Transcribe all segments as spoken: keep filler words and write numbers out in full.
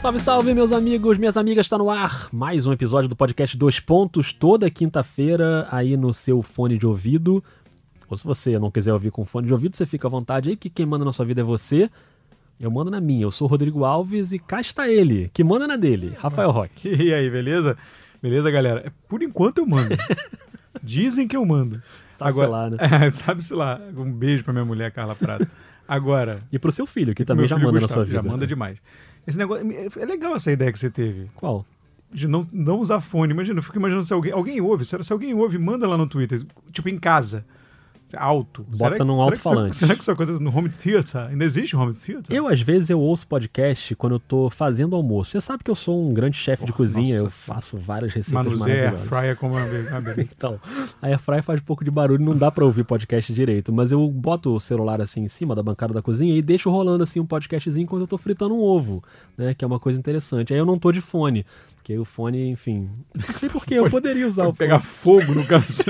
Salve, salve, meus amigos, minhas amigas, está no ar mais um episódio do podcast Dois Pontos, toda quinta-feira aí no seu fone de ouvido. Ou se você não quiser ouvir com fone de ouvido, você fica à vontade aí, que quem manda na sua vida é você. Eu mando na minha, eu sou o Rodrigo Alves e cá está ele, que manda na dele, Rafael Roque. E aí, beleza? Beleza, galera? Por enquanto eu mando. Dizem que eu mando. Sabe-se lá, né? É, sabe-se lá. Um beijo pra minha mulher, Carla Prado. Agora... E pro seu filho, que também já manda Gustavo, na sua vida. Já manda demais. Esse negócio... É legal essa ideia que você teve. Qual? De não, não usar fone. Imagina, eu fico imaginando se alguém... Alguém ouve. Se, se alguém ouve, manda lá no Twitter. Tipo, em casa. Alto. Bota será, num alto-falante. Será que isso é coisa no home theater? Ainda existe home theater? Eu, às vezes, eu ouço podcast quando eu tô fazendo almoço. Você sabe que eu sou um grande chefe oh, de cozinha, eu faço várias receitas Manuseia maravilhosas. Air fryer como uma... Então, a Air fryer faz um pouco de barulho, não dá pra ouvir podcast direito, mas eu boto o celular assim em cima da bancada da cozinha e deixo rolando assim um podcastzinho quando eu tô fritando um ovo, né, que é uma coisa interessante. Aí eu não tô de fone, porque o fone, enfim, não sei porquê, eu poderia usar o fone. Pegar fogo no caso.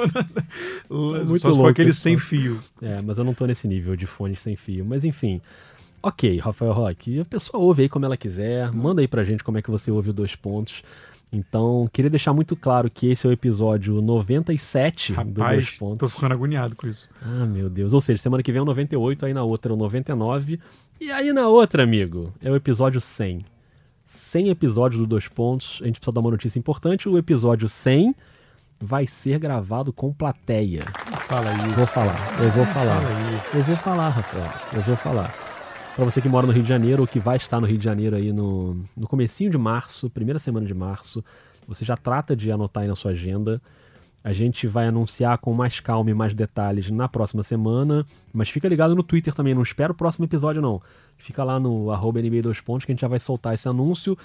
Muito Só louco, se for aquele sem fio. É, mas eu não tô nesse nível de fone sem fio. Mas enfim, ok, Rafael Roque, a pessoa ouve aí como ela quiser, manda aí pra gente como é que você ouve o Dois Pontos. Então, queria deixar muito claro que esse é o episódio noventa e sete Rapaz, do Dois Pontos. Tô ficando agoniado com isso. Ah, meu Deus. Ou seja, semana que vem é o noventa e oito, aí na outra é o noventa e nove. E aí na outra, amigo, é o episódio cem. cem episódios do Dois Pontos. A gente precisa dar uma notícia importante. O episódio cem vai ser gravado com plateia. Fala isso. Vou falar, eu vou falar. Eu vou falar, Rafael. Eu vou falar. Para você que mora no Rio de Janeiro, ou que vai estar no Rio de Janeiro aí no, no comecinho de março, primeira semana de março, você já trata de anotar aí na sua agenda. A gente vai anunciar com mais calma e mais detalhes na próxima semana, mas fica ligado no Twitter também, não espera o próximo episódio não. Fica lá no arroba N B A dois pontos que a gente já vai soltar esse anúncio.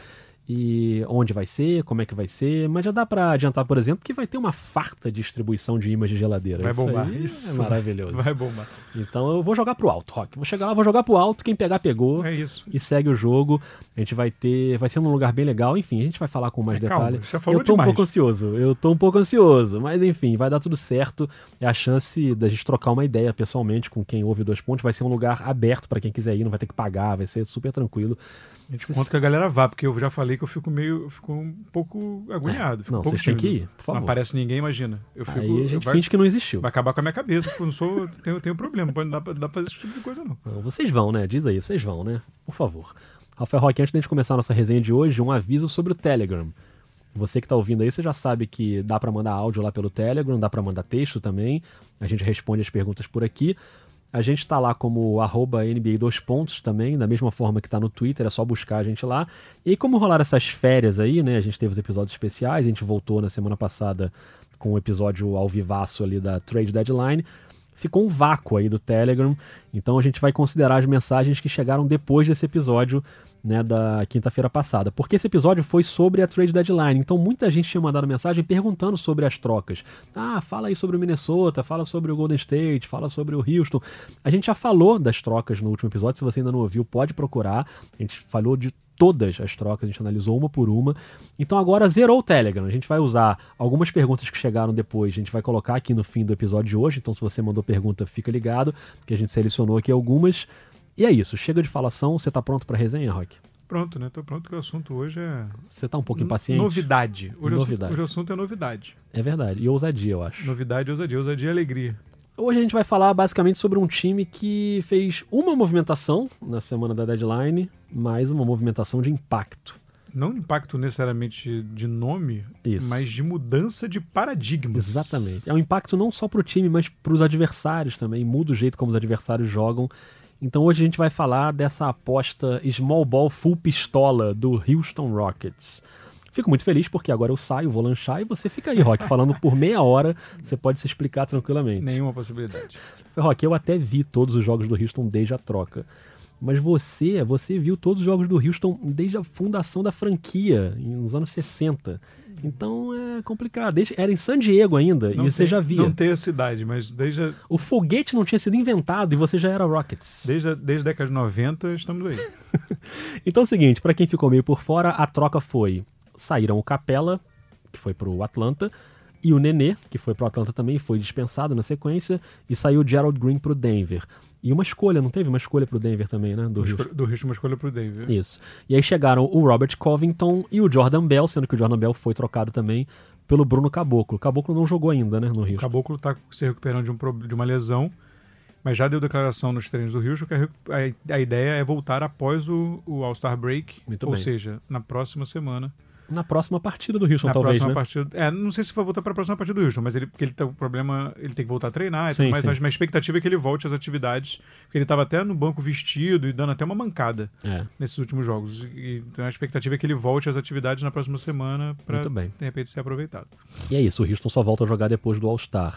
E onde vai ser, como é que vai ser, mas já dá pra adiantar, por exemplo, que vai ter uma farta distribuição de imãs de geladeira. Vai isso bombar. aí Isso é maravilhoso. Vai bombar. Então eu vou jogar pro alto, Rock. Vou chegar lá, vou jogar pro alto, quem pegar, pegou. É isso. E segue o jogo. A gente vai ter, vai ser num lugar bem legal, enfim, a gente vai falar com mais é, detalhe. Calma, já falou eu tô demais. um pouco ansioso, eu tô um pouco ansioso, mas enfim, vai dar tudo certo. É a chance da gente trocar uma ideia pessoalmente com quem ouve o Dois Pontos. Vai ser um lugar aberto pra quem quiser ir, não vai ter que pagar, vai ser super tranquilo. A gente conta que a galera vá, porque eu já falei que eu fico meio, fico um pouco agoniado. É, não, um pouco vocês têm que ir, por favor. Não aparece ninguém, imagina. Eu fico, Aí a gente vai, finge que não existiu. Vai acabar com a minha cabeça, porque eu não sou, tenho, tenho problema, não dá pra, dá pra fazer esse tipo de coisa não. não. Vocês vão, né? Diz aí, vocês vão, né? Por favor. Rafael Roque, antes de a gente começar a nossa resenha de hoje, um aviso sobre o Telegram. Você que tá ouvindo aí, você já sabe que dá pra mandar áudio lá pelo Telegram, dá pra mandar texto também. A gente responde as perguntas por aqui. A gente tá lá como arroba N B A dois pontos também, da mesma forma que tá no Twitter, é só buscar a gente lá. E como rolaram essas férias aí, né, a gente teve os episódios especiais, a gente voltou na semana passada com o episódio ao vivaço ali da Trade Deadline, ficou um vácuo aí do Telegram, então a gente vai considerar as mensagens que chegaram depois desse episódio, né, da quinta-feira passada, porque esse episódio foi sobre a Trade Deadline, então muita gente tinha mandado mensagem perguntando sobre as trocas. Ah, fala aí sobre o Minnesota, fala sobre o Golden State, fala sobre o Houston. A gente já falou das trocas no último episódio, se você ainda não ouviu, pode procurar. A gente falou de todas as trocas, a gente analisou uma por uma. Então agora zerou o Telegram. A gente vai usar algumas perguntas que chegaram depois, a gente vai colocar aqui no fim do episódio de hoje, então se você mandou pergunta, fica ligado, que a gente selecionou aqui algumas. E é isso, chega de falação, você tá pronto pra resenha, Roque? Pronto, né? Tô pronto que o assunto hoje é... Você tá um pouco impaciente? Novidade. Hoje, novidade. O, assunto, hoje o assunto é novidade. É verdade, e ousadia, eu acho. Novidade, ousadia, ousadia e alegria. Hoje a gente vai falar basicamente sobre um time que fez uma movimentação na semana da deadline, mais uma movimentação de impacto. Não impacto necessariamente de nome, Isso. mas de mudança de paradigmas. Exatamente. É um impacto não só pro time, mas pros adversários também. Muda o jeito como os adversários jogam. Então hoje a gente vai falar dessa aposta small ball full pistola do Houston Rockets. Fico muito feliz porque agora eu saio, vou lanchar e você fica aí, Roque, falando por meia hora, você pode se explicar tranquilamente. Nenhuma possibilidade. Roque, eu até vi todos os jogos do Houston desde a troca. Mas você, você viu todos os jogos do Houston desde a fundação da franquia, nos anos sessenta. Então é complicado. Desde, era em San Diego ainda, não e você tem, já via. Não tem a cidade, mas desde... A, o foguete não tinha sido inventado e você já era Rockets. Desde a, desde a década de noventa, estamos aí. Então é o seguinte, para quem ficou meio por fora, a troca foi... Saíram o Capela, que foi pro Atlanta, E o Nenê, que foi pro Atlanta também, foi dispensado na sequência, e saiu o Gerald Green pro Denver. E uma escolha, não teve uma escolha pro Denver também, né? Do Houston. Do Houston, uma escolha pro Denver. Isso. E aí chegaram o Robert Covington e o Jordan Bell, sendo que o Jordan Bell foi trocado também pelo Bruno Caboclo. O Caboclo não jogou ainda, né, no Houston. O Caboclo tá se recuperando de, um, de uma lesão, mas já deu declaração nos treinos do Houston que a, a ideia é voltar após o, o All-Star Break, Muito ou bem. seja, na próxima semana. Na próxima partida do Houston, Na talvez, próxima né? partida, é, não sei se vai voltar para a próxima partida do Houston, mas ele, porque ele tem um problema, ele tem que voltar a treinar e Sim, tudo mais, sim. mas minha expectativa é que ele volte às atividades, porque ele estava até no banco vestido e dando até uma mancada É. nesses últimos jogos. E, então a expectativa é que ele volte às atividades na próxima semana para, Muito bem. de repente, ser aproveitado. E é isso, o Houston só volta a jogar depois do All-Star.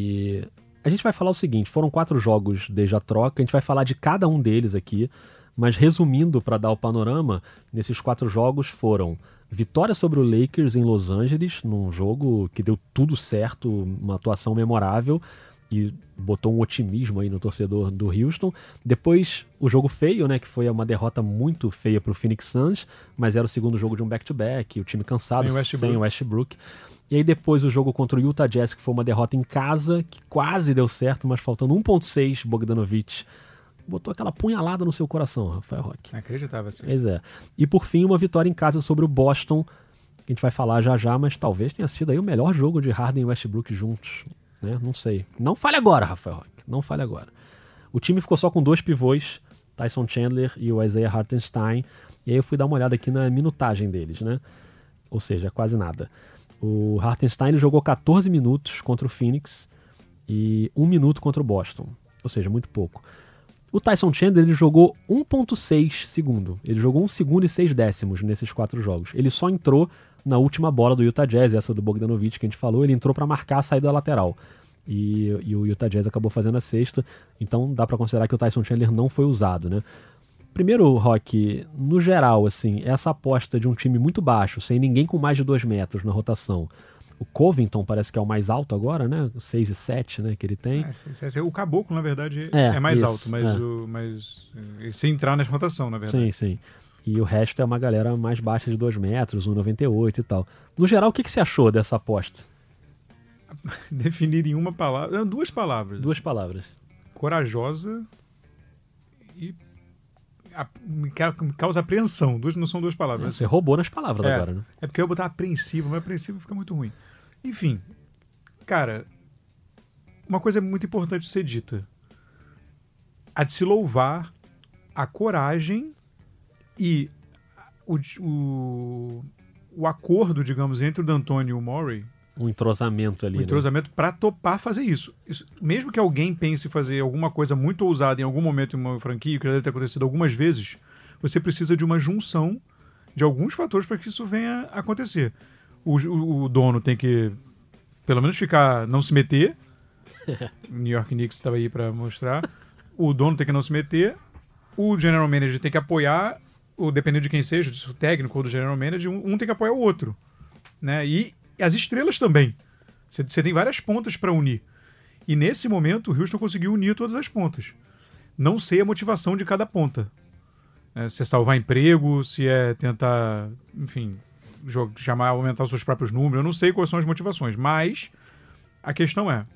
E a gente vai falar o seguinte, foram quatro jogos desde a troca, a gente vai falar de cada um deles aqui, mas resumindo para dar o panorama, nesses quatro jogos foram vitória sobre o Lakers em Los Angeles, num jogo que deu tudo certo, uma atuação memorável e botou um otimismo aí no torcedor do Houston. Depois o jogo feio, né, que foi uma derrota muito feia para o Phoenix Suns, mas era o segundo jogo de um back-to-back, o time cansado, Sem o Westbrook. sem o Westbrook. E aí depois o jogo contra o Utah Jazz, que foi uma derrota em casa, que quase deu certo, mas faltando um ponto seis, Bogdanovic botou aquela punhalada no seu coração, Rafael Roque. Acreditava assim. Pois é. E por fim, uma vitória em casa sobre o Boston, que a gente vai falar já já, mas talvez tenha sido aí o melhor jogo de Harden e Westbrook juntos, né? Não sei. Não fale agora, Rafael Roque. Não fale agora. O time ficou só com dois pivôs, Tyson Chandler e o Isaiah Hartenstein, e aí eu fui dar uma olhada aqui na minutagem deles, né? Ou seja, quase nada. O Hartenstein ele jogou catorze minutos contra o Phoenix e um minuto contra o Boston, ou seja, muito pouco. O Tyson Chandler ele jogou um ponto seis segundo. Ele jogou um segundo e seis décimos nesses quatro jogos. Ele só entrou na última bola do Utah Jazz, essa do Bogdanovic que a gente falou. Ele entrou para marcar a saída lateral. E, e o Utah Jazz acabou fazendo a sexta. Então dá para considerar que o Tyson Chandler não foi usado, né? Primeiro, Rock, no geral, assim, essa aposta de um time muito baixo, sem ninguém com mais de dois metros na rotação. O Covington parece que é o mais alto agora, né? seis e sete, né, que ele tem. É, seis, sete. O Caboclo, na verdade, É, é, mais isso, alto, mas, é. o, mas é, sem entrar na rotação, na verdade. Sim, sim. E o resto é uma galera mais baixa de dois metros, um e noventa e oito e tal. No geral, o que, que você achou dessa aposta? Definir em uma palavra, não, duas palavras. Duas palavras. Corajosa e a, me, ca- me causa apreensão. Duas, não são duas palavras. Você roubou nas palavras É. agora, né? É porque eu ia botar apreensivo, mas apreensivo fica muito ruim. Enfim, cara, uma coisa muito importante de ser dita. A de se louvar a coragem e o, o, o acordo, digamos, entre o D'Antoni e o Morey, Um entrosamento ali, o entrosamento para topar fazer isso. Isso. Mesmo que alguém pense em fazer alguma coisa muito ousada em algum momento em uma franquia, que já deve ter acontecido algumas vezes, você precisa de uma junção de alguns fatores para que isso venha a acontecer. O, o, o dono tem que, pelo menos, ficar, não se meter. O New York Knicks estava aí para mostrar. O dono tem que não se meter. O general manager tem que apoiar, ou dependendo de quem seja, do técnico ou do general manager, um, um tem que apoiar o outro. Né? E as estrelas também. Você, você tem várias pontas para unir. E nesse momento, o Houston conseguiu unir todas as pontas. Não sei a motivação de cada ponta. É, se é salvar emprego, se é tentar, enfim, jo- chamar, aumentar os seus próprios números. Eu não sei quais são as motivações. Mas a questão é,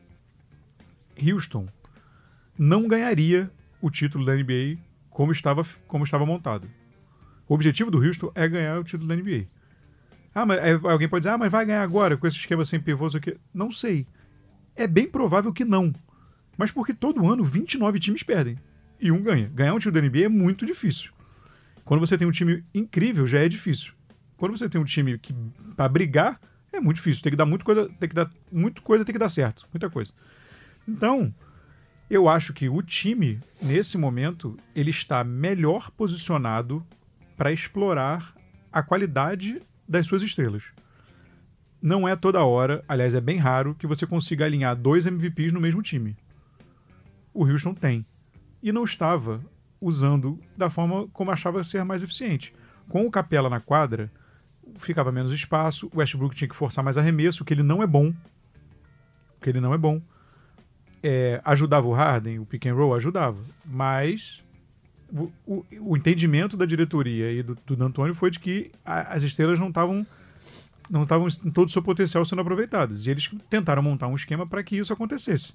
Houston não ganharia o título da N B A como estava, como estava montado. O objetivo do Houston é ganhar o título da N B A. Ah, mas aí alguém pode dizer, ah, mas vai ganhar agora com esse esquema sem pivôs aqui. Não sei. É bem provável que não. Mas porque todo ano vinte e nove times perdem. E um ganha. Ganhar um título da N B A é muito difícil. Quando você tem um time incrível, já é difícil. Quando você tem um time que para brigar, é muito difícil. Tem que dar muita coisa, tem que dar muita coisa, tem que dar certo. Muita coisa. Então, eu acho que o time, nesse momento, ele está melhor posicionado para explorar a qualidade das suas estrelas. Não é toda hora, aliás, é bem raro, que você consiga alinhar dois M V Ps no mesmo time. O Houston tem. E não estava usando da forma como achava ser mais eficiente. Com o Capela na quadra, ficava menos espaço, o Westbrook tinha que forçar mais arremesso, que ele não é bom. Que ele não é bom. É, ajudava o Harden, o pick and roll ajudava, mas o, o, o entendimento da diretoria e do, do D'Antoni foi de que a, as estrelas não estavam não estavam em todo o seu potencial sendo aproveitadas. E eles tentaram montar um esquema para que isso acontecesse.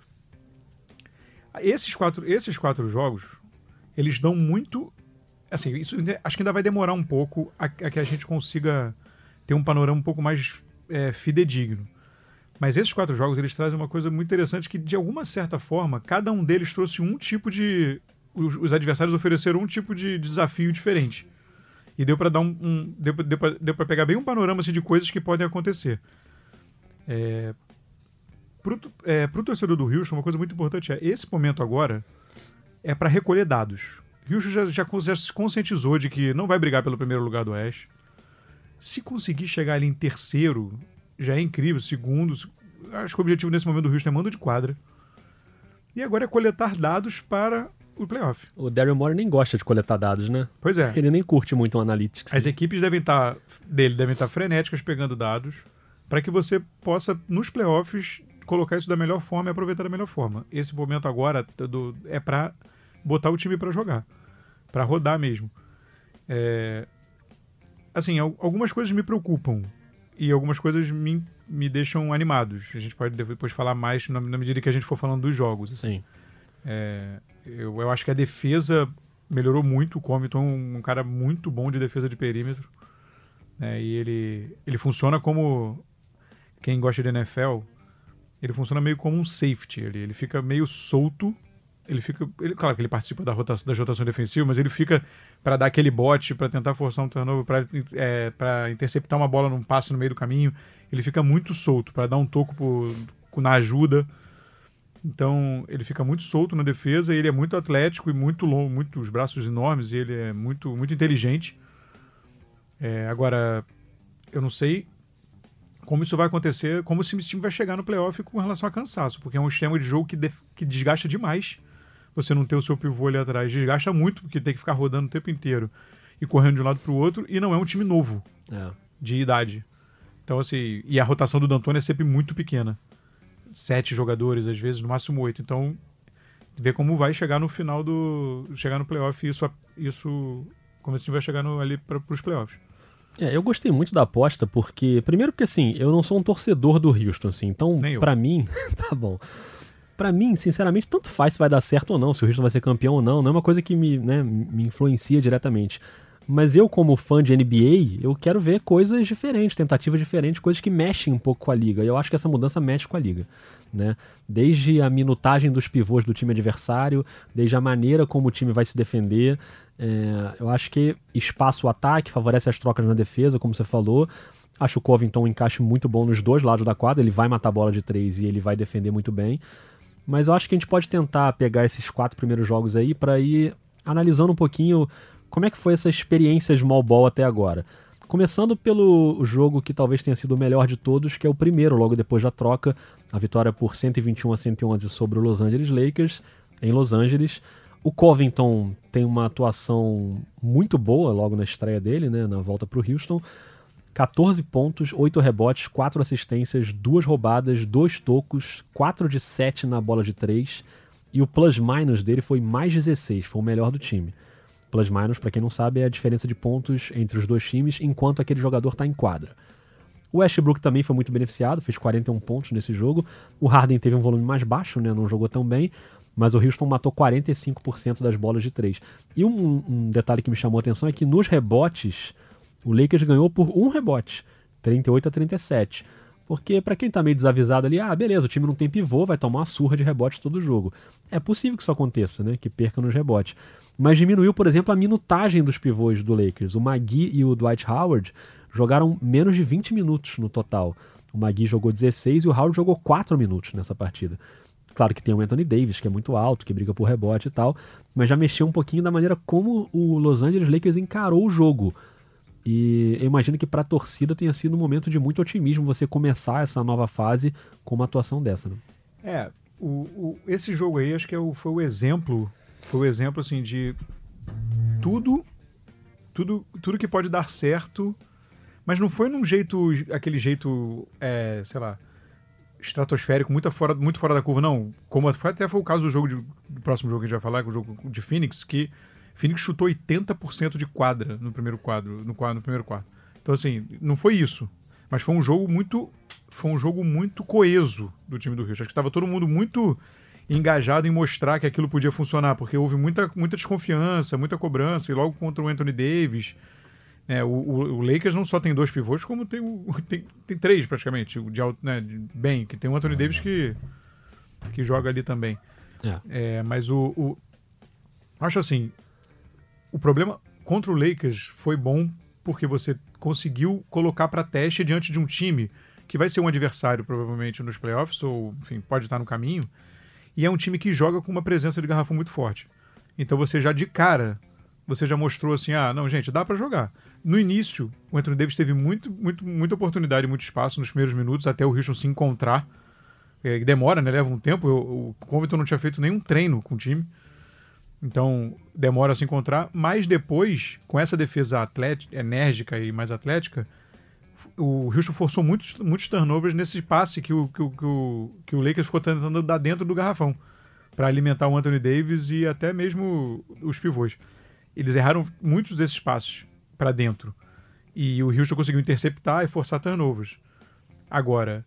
Esses quatro, esses quatro jogos, eles dão muito... Assim, isso acho que ainda vai demorar um pouco a, a que a gente consiga ter um panorama um pouco mais é, fidedigno. Mas esses quatro jogos, eles trazem uma coisa muito interessante que, de alguma certa forma, cada um deles trouxe um tipo de... Os, os adversários ofereceram um tipo de desafio diferente. E deu para dar um, um deu, deu pra, deu para pegar bem um panorama assim, de coisas que podem acontecer. É, pro, é, pro torcedor do Houston, uma coisa muito importante é, esse momento agora é para recolher dados. Houston já, já, já se conscientizou de que não vai brigar pelo primeiro lugar do Oeste. Se conseguir chegar ali em terceiro, já é incrível. Segundo, acho que o objetivo nesse momento do Houston é mando de quadra. E agora é coletar dados para o playoff. O Daryl Morey nem gosta de coletar dados, né? Pois é. Ele nem curte muito o Analytics. As né? equipes devem estar, dele devem estar frenéticas pegando dados para que você possa, nos playoffs, colocar isso da melhor forma e aproveitar da melhor forma. Esse momento agora do, é para botar o time para jogar, para rodar mesmo. É, assim, algumas coisas me preocupam e algumas coisas me, me deixam animados. A gente pode depois falar mais na, na medida que a gente for falando dos jogos. Sim. É, eu, eu acho que a defesa melhorou muito. O Covington é um, um cara muito bom de defesa de perímetro. Né, e ele, ele funciona como... Quem gosta de N F L, ele funciona meio como um safety. Ele, ele fica meio solto. Ele fica... Ele, claro que ele participa da rotação, das rotações defensivas, mas ele fica para dar aquele bote, para tentar forçar um turnover, para é, para interceptar uma bola num passe no meio do caminho. Ele fica muito solto, para dar um toco pro, na ajuda. Então, ele fica muito solto na defesa, e ele é muito atlético e muito longo, muito, os braços enormes, e ele é muito, muito inteligente. É, agora, eu não sei como isso vai acontecer, como esse time vai chegar no playoff com relação a cansaço, porque é um esquema de jogo que, def, que desgasta demais você não ter o seu pivô ali atrás. Desgasta muito, porque tem que ficar rodando o tempo inteiro e correndo de um lado para o outro, e não é um time novo, é. de idade. Então, assim, e a rotação do D'Antoni é sempre muito pequena. Sete jogadores, às vezes, no máximo oito. Então, ver como vai chegar no final do... Chegar no playoff, isso, isso como esse time vai chegar no, ali para os playoffs. É, eu gostei muito da aposta, porque... Primeiro porque, assim, eu não sou um torcedor do Houston, assim. Então, pra mim... tá bom. Pra mim, sinceramente, tanto faz se vai dar certo ou não, se o Houston vai ser campeão ou não. Não é uma coisa que me, né, me influencia diretamente. Mas eu, como fã de N B A, eu quero ver coisas diferentes, tentativas diferentes, coisas que mexem um pouco com a liga. E eu acho que essa mudança mexe com a liga, né? Desde a minutagem dos pivôs do time adversário, desde a maneira como o time vai se defender. É, eu acho que espaço o ataque, favorece as trocas na defesa, como você falou. Acho o Covington um encaixe muito bom nos dois lados da quadra. Ele vai matar a bola de três e ele vai defender muito bem. Mas eu acho que a gente pode tentar pegar esses quatro primeiros jogos aí para ir analisando um pouquinho como é que foi essa experiência small ball até agora. Começando pelo jogo que talvez tenha sido o melhor de todos, que é o primeiro, logo depois da troca, a vitória por cento e vinte e um a cento e onze sobre o Los Angeles Lakers, em Los Angeles. O Covington tem uma atuação muito boa logo na estreia dele, né, na volta para o Houston. catorze pontos, oito rebotes, quatro assistências, duas roubadas, dois tocos, quatro de sete na bola de três, e o plus-minus dele foi mais dezesseis, foi o melhor do time. Plus-minus, para quem não sabe, é a diferença de pontos entre os dois times enquanto aquele jogador está em quadra. O Westbrook também foi muito beneficiado, fez quarenta e um pontos nesse jogo. O Harden teve um volume mais baixo, né, não jogou tão bem, mas o Houston matou quarenta e cinco por cento das bolas de três. E um, um detalhe que me chamou a atenção é que nos rebotes, o Lakers ganhou por um rebote, trinta e oito a trinta e sete. Porque para quem tá meio desavisado ali, ah, beleza, o time não tem pivô, vai tomar uma surra de rebote todo jogo. É possível que isso aconteça, né, que perca nos rebotes. Mas diminuiu, por exemplo, a minutagem dos pivôs do Lakers. O McGee e o Dwight Howard jogaram menos de vinte minutos no total. O McGee jogou dezesseis e o Howard jogou quatro minutos nessa partida. Claro que tem o Anthony Davis, que é muito alto, que briga por rebote e tal, mas já mexeu um pouquinho da maneira como o Los Angeles Lakers encarou o jogo. E eu imagino que para a torcida tenha sido um momento de muito otimismo você começar essa nova fase com uma atuação dessa, né? É, o, o, esse jogo aí acho que é o, foi o exemplo, foi o exemplo assim de tudo, tudo, tudo que pode dar certo, mas não foi num jeito, aquele jeito, é, sei lá, estratosférico, muito fora, muito fora da curva, não. Como até foi o caso do jogo de, do próximo jogo que a gente vai falar, que é o jogo de Phoenix, que Phoenix chutou oitenta por cento de quadra no primeiro quadro, no, no primeiro quarto. Então, assim, não foi isso. Mas foi um jogo muito, foi um jogo muito coeso do time do Houston. Acho que estava todo mundo muito engajado em mostrar que aquilo podia funcionar, porque houve muita, muita desconfiança, muita cobrança, e logo contra o Anthony Davis. É, o, o, o Lakers não só tem dois pivôs, como tem, o, tem, tem três praticamente, de, né, de, bem, que tem o Anthony Davis que, que joga ali também. É. É, mas o, o... Acho assim, o problema contra o Lakers foi bom porque você conseguiu colocar para teste diante de um time que vai ser um adversário provavelmente nos playoffs, ou enfim, pode estar no caminho, e é um time que joga com uma presença de garrafão muito forte. Então você já de cara, você já mostrou assim, ah, não, gente, dá para jogar. No início, o Anthony Davis teve muito, muito, muita oportunidade e muito espaço nos primeiros minutos até o Houston se encontrar. É, demora, né? Leva um tempo. Eu, o Covington não tinha feito nenhum treino com o time. Então, demora a se encontrar. Mas depois, com essa defesa atlética, enérgica e mais atlética, o Houston forçou muitos, muitos turnovers nesse passe que o, que, o, que, o, que o Lakers ficou tentando dar dentro do garrafão para alimentar o Anthony Davis e até mesmo os pivôs. Eles erraram muitos desses passes para dentro. E o Houston conseguiu interceptar e forçar turnovers. Agora,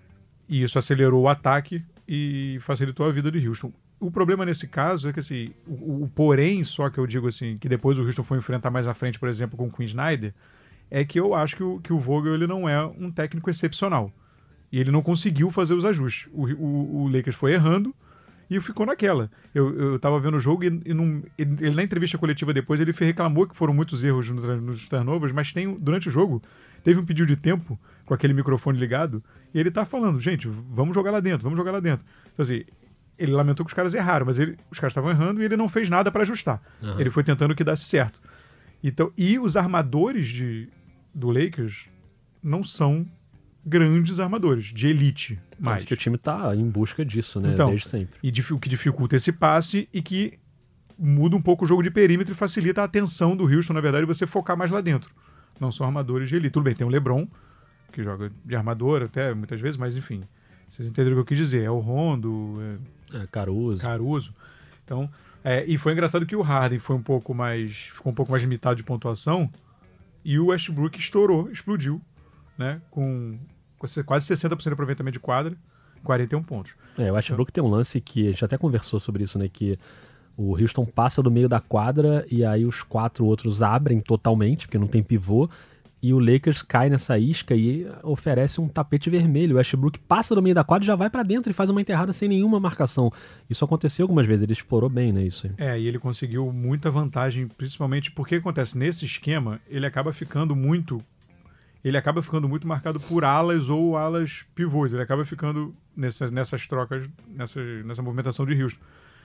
isso acelerou o ataque e facilitou a vida de Houston. O problema nesse caso é que, assim, o, o porém, só que eu digo assim, que depois o Houston foi enfrentar mais à frente, por exemplo, com o Quinn Snyder, é que eu acho que o, que o Vogel ele não é um técnico excepcional. E ele não conseguiu fazer os ajustes. O, o, o Lakers foi errando e ficou naquela. Eu, eu tava vendo o jogo e, e não, ele, ele, na entrevista coletiva depois, ele reclamou que foram muitos erros nos, nos turnovers, mas tem, durante o jogo, teve um pedido de tempo com aquele microfone ligado, e ele tá falando, gente, vamos jogar lá dentro, vamos jogar lá dentro. Então, assim, ele lamentou que os caras erraram, mas ele, os caras estavam errando e ele não fez nada para ajustar. Uhum. Ele foi tentando que desse certo. Então, e os armadores de, do Lakers não são grandes armadores, de elite. Mais. Que o time tá em busca disso, né? Então, desde sempre. E o que dificulta esse passe e que muda um pouco o jogo de perímetro e facilita a atenção do Houston, na verdade, você focar mais lá dentro. Não são armadores de elite. Tudo bem, tem o LeBron, que joga de armador até muitas vezes, mas enfim, vocês entenderam o que eu quis dizer. É o Rondo, é, é Caruso. Caruso. Então, é, e foi engraçado que o Harden foi um pouco mais, ficou um pouco mais limitado de pontuação e o Westbrook estourou, explodiu, né, com quase sessenta por cento de aproveitamento de quadra, quarenta e um pontos. É, o Westbrook então, tem um lance que a gente até conversou sobre isso, né, que o Houston passa do meio da quadra e aí os quatro outros abrem totalmente, porque não tem pivô, e o Lakers cai nessa isca e oferece um tapete vermelho. O Westbrook passa do meio da quadra e já vai pra dentro e faz uma enterrada sem nenhuma marcação. Isso aconteceu algumas vezes, ele explorou bem, né, isso aí. É, e ele conseguiu muita vantagem, principalmente porque acontece nesse esquema, ele acaba ficando muito ele acaba ficando muito marcado por alas ou alas pivôs, ele acaba ficando nessas, nessas trocas, nessa, nessa movimentação de Houston.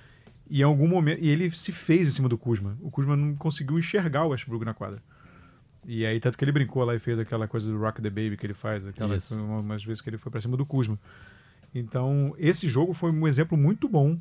E em algum momento, e ele se fez em cima do Kuzma. O Kuzma não conseguiu enxergar o Westbrook na quadra. E aí, tanto que ele brincou lá e fez aquela coisa do Rock the Baby que ele faz, aquelas uma, umas vezes que ele foi pra cima do Kuzma. Então, esse jogo foi um exemplo muito bom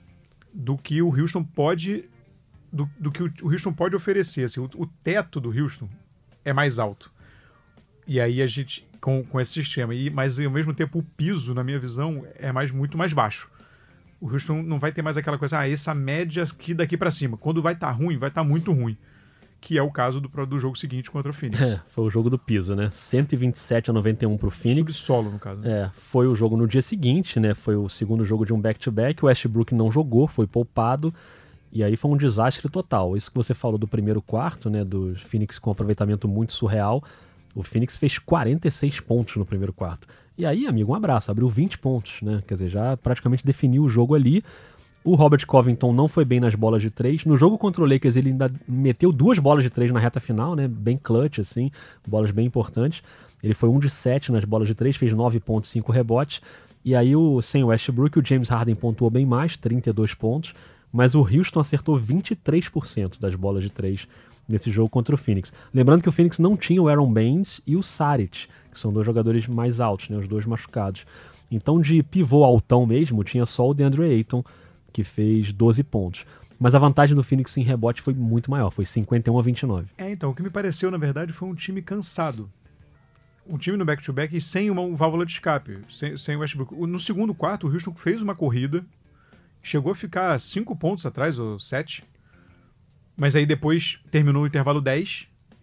do que o Houston pode do, do que o Houston pode oferecer. Assim, o, o teto do Houston é mais alto. E aí a gente, com, com esse sistema, e, mas ao mesmo tempo o piso, na minha visão, é mais, muito mais baixo. O Houston não vai ter mais aquela coisa, ah, essa média aqui daqui pra cima. Quando vai estar tá ruim, vai estar tá muito ruim. Que é o caso do, do jogo seguinte contra o Phoenix. É, foi o jogo do piso, né? cento e vinte e sete a noventa e um pro Phoenix. Subsolo, no caso. Né? É, foi o jogo no dia seguinte, né? Foi o segundo jogo de um back-to-back. O Westbrook não jogou, foi poupado. E aí foi um desastre total. Isso que você falou do primeiro quarto, né? Do Phoenix com aproveitamento muito surreal. O Phoenix fez quarenta e seis pontos no primeiro quarto. E aí, amigo, um abraço. Abriu vinte pontos, né? Quer dizer, já praticamente definiu o jogo ali. O Robert Covington não foi bem nas bolas de três. No jogo contra o Lakers, ele ainda meteu duas bolas de três na reta final, né? Bem clutch, assim. Bolas bem importantes. Ele foi um de sete nas bolas de três, fez nove pontos, cinco rebotes. E aí, o, sem o Westbrook, o James Harden pontuou bem mais, trinta e dois pontos. Mas o Houston acertou vinte e três por cento das bolas de três nesse jogo contra o Phoenix. Lembrando que o Phoenix não tinha o Aaron Baines e o Saric, que são dois jogadores mais altos, né? Os dois machucados. Então, de pivô altão mesmo, tinha só o DeAndre Ayton, que fez doze pontos. Mas a vantagem do Phoenix em rebote foi muito maior, foi cinquenta e um a vinte e nove. É, então, o que me pareceu, na verdade, foi um time cansado. Um time no back-to-back e sem uma válvula de escape, sem, sem o Westbrook. No segundo quarto, o Houston fez uma corrida, chegou a ficar cinco pontos atrás, ou sete, mas aí depois terminou o intervalo dez,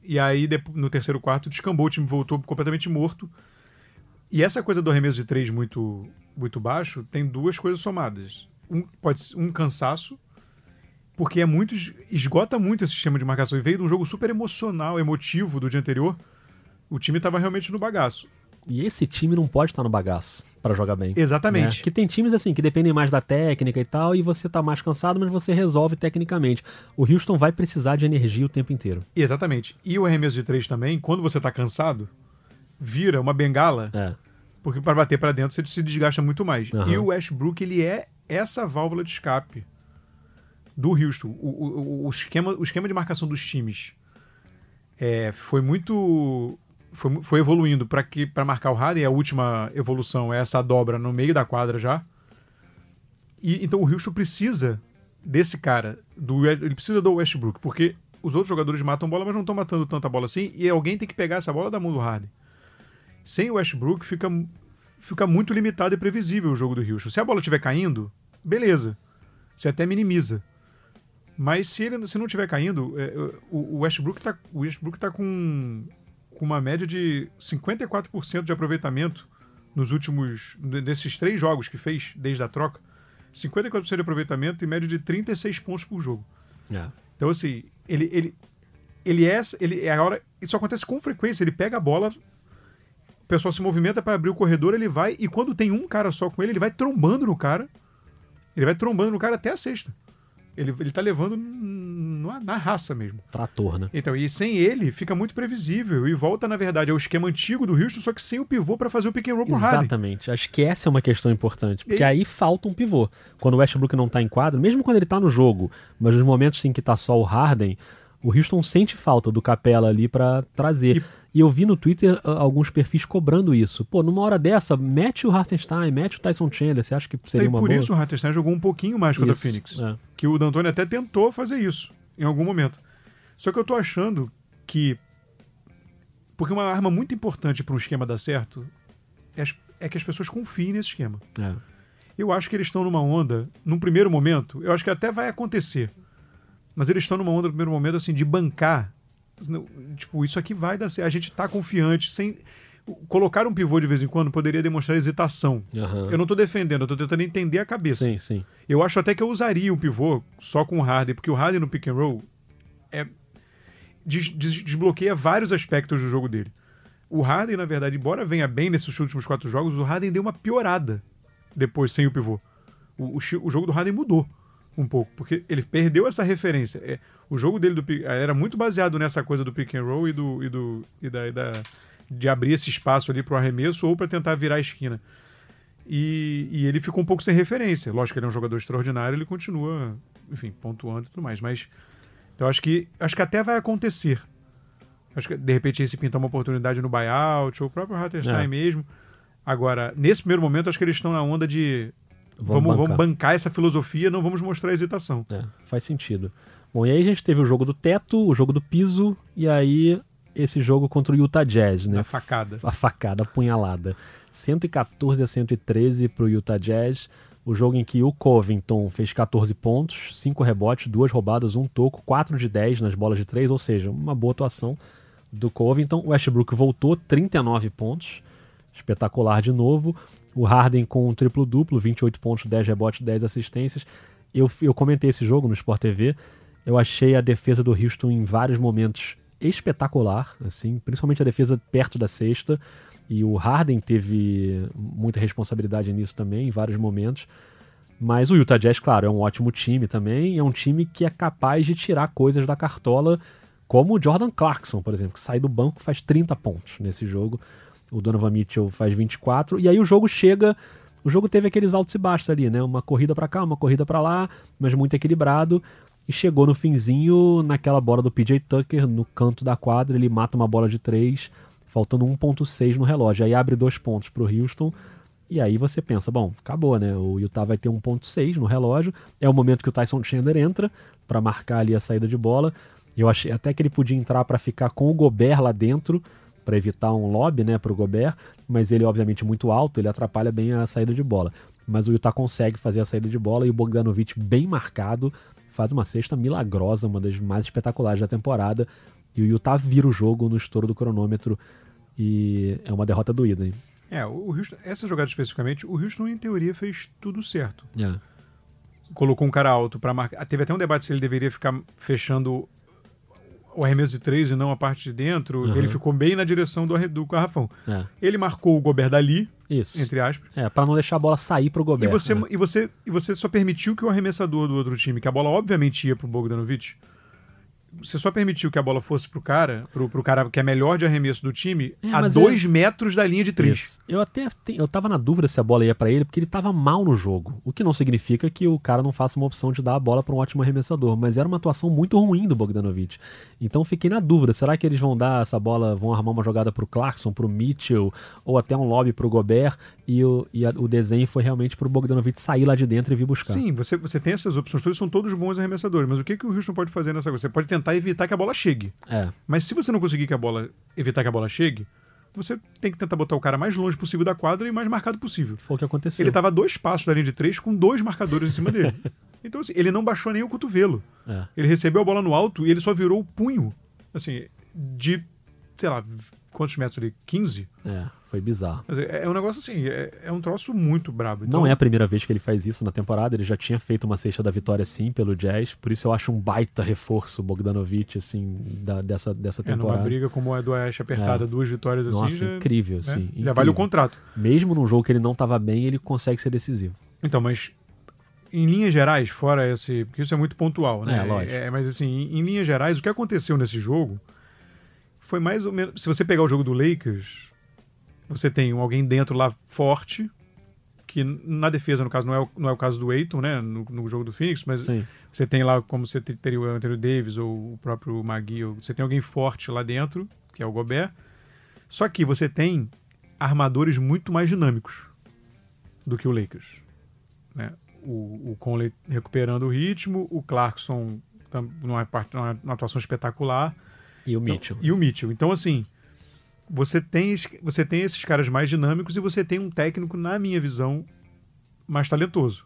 E aí, no terceiro quarto, descambou, o time voltou completamente morto. E essa coisa do arremesso de três muito, muito baixo tem duas coisas somadas. Um, pode ser um cansaço, porque é muito, esgota muito esse sistema de marcação. E veio de um jogo super emocional, emotivo do dia anterior. O time estava realmente no bagaço. E esse time não pode estar no bagaço para jogar bem. Exatamente. Né? Que tem times assim que dependem mais da técnica e tal, e você tá mais cansado, mas você resolve tecnicamente. O Houston vai precisar de energia o tempo inteiro. Exatamente. E o arremesso de três também, quando você tá cansado, vira uma bengala, É. porque para bater para dentro você se desgasta muito mais. Uhum. E o Westbrook, ele é essa válvula de escape do Houston. O, o, o, esquema, o esquema de marcação dos times é, foi muito... Foi, foi evoluindo para marcar o Harden. A última evolução é essa dobra no meio da quadra já. E, então o Houston precisa desse cara. Do, ele precisa do Westbrook, porque os outros jogadores matam bola, mas não estão matando tanta bola assim. E alguém tem que pegar essa bola da mão do Harden. Sem o Westbrook, fica, fica muito limitado e previsível o jogo do Houston. Se a bola estiver caindo, beleza. Você até minimiza. Mas se, ele, se não estiver caindo, é, o, o Westbrook está o Westbrook tá com... com uma média de cinquenta e quatro por cento de aproveitamento nos últimos... desses três jogos que fez, desde a troca. cinquenta e quatro por cento de aproveitamento e média de trinta e seis pontos por jogo. É. Então, assim, ele, ele, ele é... Ele, agora, isso acontece com frequência. Ele pega a bola, o pessoal se movimenta para abrir o corredor, ele vai... E quando tem um cara só com ele, ele vai trombando no cara. Ele vai trombando no cara até a sexta. Ele, ele tá levando na, na raça mesmo. Trator, né? Então, e sem ele, fica muito previsível. E volta, na verdade, ao esquema antigo do Houston, só que sem o pivô para fazer o pick and roll pro Harden. Exatamente. Acho que essa é uma questão importante. Porque E... aí falta um pivô. Quando o Westbrook não tá em quadro, mesmo quando ele tá no jogo, mas nos momentos em que tá só o Harden, o Houston sente falta do Capela ali para trazer. E... E eu vi no Twitter uh, alguns perfis cobrando isso. Pô, numa hora dessa, mete o Hartenstein, mete o Tyson Chandler. Você acha que seria e uma por boa? isso o Hartenstein jogou um pouquinho mais contra o Phoenix. É. Que o D'Antoni até tentou fazer isso em algum momento. Só que eu tô achando que... Porque uma arma muito importante para um esquema dar certo é, é que as pessoas confiem nesse esquema. É. Eu acho que eles estão numa onda, num primeiro momento, eu acho que até vai acontecer, mas eles estão numa onda no primeiro momento assim, de bancar. Tipo, isso aqui vai dar certo. A gente tá confiante, sem... Colocar um pivô de vez em quando poderia demonstrar hesitação. Uhum. Eu não tô defendendo, eu tô tentando entender a cabeça. Sim, sim. Eu acho até que eu usaria o pivô só com o Harden, porque o Harden no pick and roll é... des des desbloqueia vários aspectos do jogo dele. O Harden, na verdade, embora venha bem nesses últimos quatro jogos, o Harden deu uma piorada depois sem o pivô. O, o, o jogo do Harden mudou um pouco, porque ele perdeu essa referência. É, o jogo dele do, era muito baseado nessa coisa do pick and roll e, do, e, do, e, da, e da, de abrir esse espaço ali para o arremesso ou para tentar virar a esquina. E, e ele ficou um pouco sem referência. Lógico que ele é um jogador extraordinário, ele continua, enfim, pontuando e tudo mais. Mas então acho que, acho que até vai acontecer. Acho que de repente esse pintar uma oportunidade no buyout, ou o próprio Hartenstein é. mesmo. Agora, nesse primeiro momento, acho que eles estão na onda de Vamos, vamos, bancar. vamos bancar essa filosofia, não vamos mostrar hesitação. É, faz sentido. Bom, e aí a gente teve o jogo do teto, o jogo do piso, e aí esse jogo contra o Utah Jazz, né? A facada. A facada, a punhalada. cento e quatorze a cento e treze para o Utah Jazz. O jogo em que o Covington fez catorze pontos, cinco rebotes, duas roubadas, um toco, quatro de dez nas bolas de três, ou seja, uma boa atuação do Covington. O Westbrook voltou, trinta e nove pontos. Espetacular de novo. O Harden com um triplo-duplo, vinte e oito pontos, dez rebotes, dez assistências. Eu, eu comentei esse jogo no Sport T V. Eu achei a defesa do Houston em vários momentos espetacular, assim, principalmente a defesa perto da cesta. E o Harden teve muita responsabilidade nisso também, em vários momentos. Mas o Utah Jazz, claro, é um ótimo time também. É um time que é capaz de tirar coisas da cartola, como o Jordan Clarkson, por exemplo, que sai do banco e faz trinta pontos nesse jogo. O Donovan Mitchell faz vinte e quatro, e aí o jogo chega, o jogo teve aqueles altos e baixos ali, né, uma corrida pra cá, uma corrida pra lá, mas muito equilibrado, e chegou no finzinho naquela bola do P J Tucker, no canto da quadra, ele mata uma bola de três, faltando um ponto seis no relógio, aí abre dois pontos pro Houston, e aí você pensa, bom, acabou, né, o Utah vai ter um ponto seis no relógio, é o momento que o Tyson Chandler entra pra marcar ali a saída de bola, eu achei até que ele podia entrar pra ficar com o Gobert lá dentro, para evitar um lob, né, para o Gobert, mas ele obviamente muito alto, ele atrapalha bem a saída de bola. Mas o Utah consegue fazer a saída de bola e o Bogdanovic bem marcado faz uma cesta milagrosa, uma das mais espetaculares da temporada. E o Utah vira o jogo no estouro do cronômetro e é uma derrota doída, hein? É, o Houston, essa jogada especificamente, o Houston em teoria fez tudo certo. É. Colocou um cara alto para marcar. Teve até um debate se ele deveria ficar fechando o arremesso de três e não a parte de dentro. Uhum. Ele ficou bem na direção do, arre- do garrafão. É. Ele marcou o Gobert dali, Isso. entre aspas. É, pra não deixar a bola sair pro E Gobert. você, né? e, você, e você só permitiu que o arremessador do outro time, que a bola obviamente ia pro Bogdanovic, você só permitiu que a bola fosse pro cara, pro, pro cara que é melhor de arremesso do time, É, a mas dois é- metros da linha de três. Isso. Eu até te- eu tava na dúvida se a bola ia pra ele, porque ele tava mal no jogo. O que não significa que o cara não faça uma opção de dar a bola pra um ótimo arremessador, mas era uma atuação muito ruim do Bogdanovic. Então fiquei na dúvida, será que eles vão dar essa bola, vão armar uma jogada pro Clarkson, pro Mitchell, ou até um lobby pro Gobert, e o, e a- o desenho foi realmente pro Bogdanovic sair lá de dentro e vir buscar. Sim, você, você tem essas opções todas, são todos bons arremessadores, mas o que, que o Houston pode fazer nessa coisa? Você pode tentar evitar que a bola chegue. É, Mas se você não conseguir que a bola, evitar que a bola chegue, você tem que tentar botar o cara mais longe possível da quadra e mais marcado possível. foi o que aconteceu. Ele estava a dois passos da linha de três com dois marcadores em cima dele. Então, assim, ele não baixou nem o cotovelo. É. Ele recebeu a bola no alto e ele só virou o punho, assim, de, sei lá, quantos metros ali? quinze? É, foi bizarro. Quer dizer, É um negócio assim, é, é um troço muito brabo. Então, Não é a primeira vez que ele faz isso na temporada, ele já tinha feito uma cesta da vitória sim pelo Jazz, por isso eu acho um baita reforço o Bogdanovic, assim, da- dessa, dessa é numa temporada. briga como a do Oeste apertada, É. duas vitórias assim, Nossa, já, incrível, né, assim. já incrível. vale o contrato. Mesmo num jogo que ele não estava bem, ele consegue ser decisivo. Então, mas em linhas gerais, fora esse, porque isso é muito pontual, né? É, lógico. É, mas assim, em, em linhas gerais, o que aconteceu nesse jogo foi mais ou menos, se você pegar o jogo do Lakers, você tem um- alguém dentro lá forte, que na defesa, no caso, não é o, não é o caso do Ayton, né, no, no jogo do Phoenix, mas Sim, você tem lá, como você te- teria o Anthony Davis ou o próprio Magui, ou você tem alguém forte lá dentro, que é o Gobert, só que você tem armadores muito mais dinâmicos do que o Lakers, né? O, o Conley recuperando o ritmo, o Clarkson tam- numa, parte- numa, numa atuação espetacular, e o então, Mitchell. e o Mitchell. Então, assim, você tem, es- você tem esses caras mais dinâmicos e você tem um técnico, na minha visão, mais talentoso.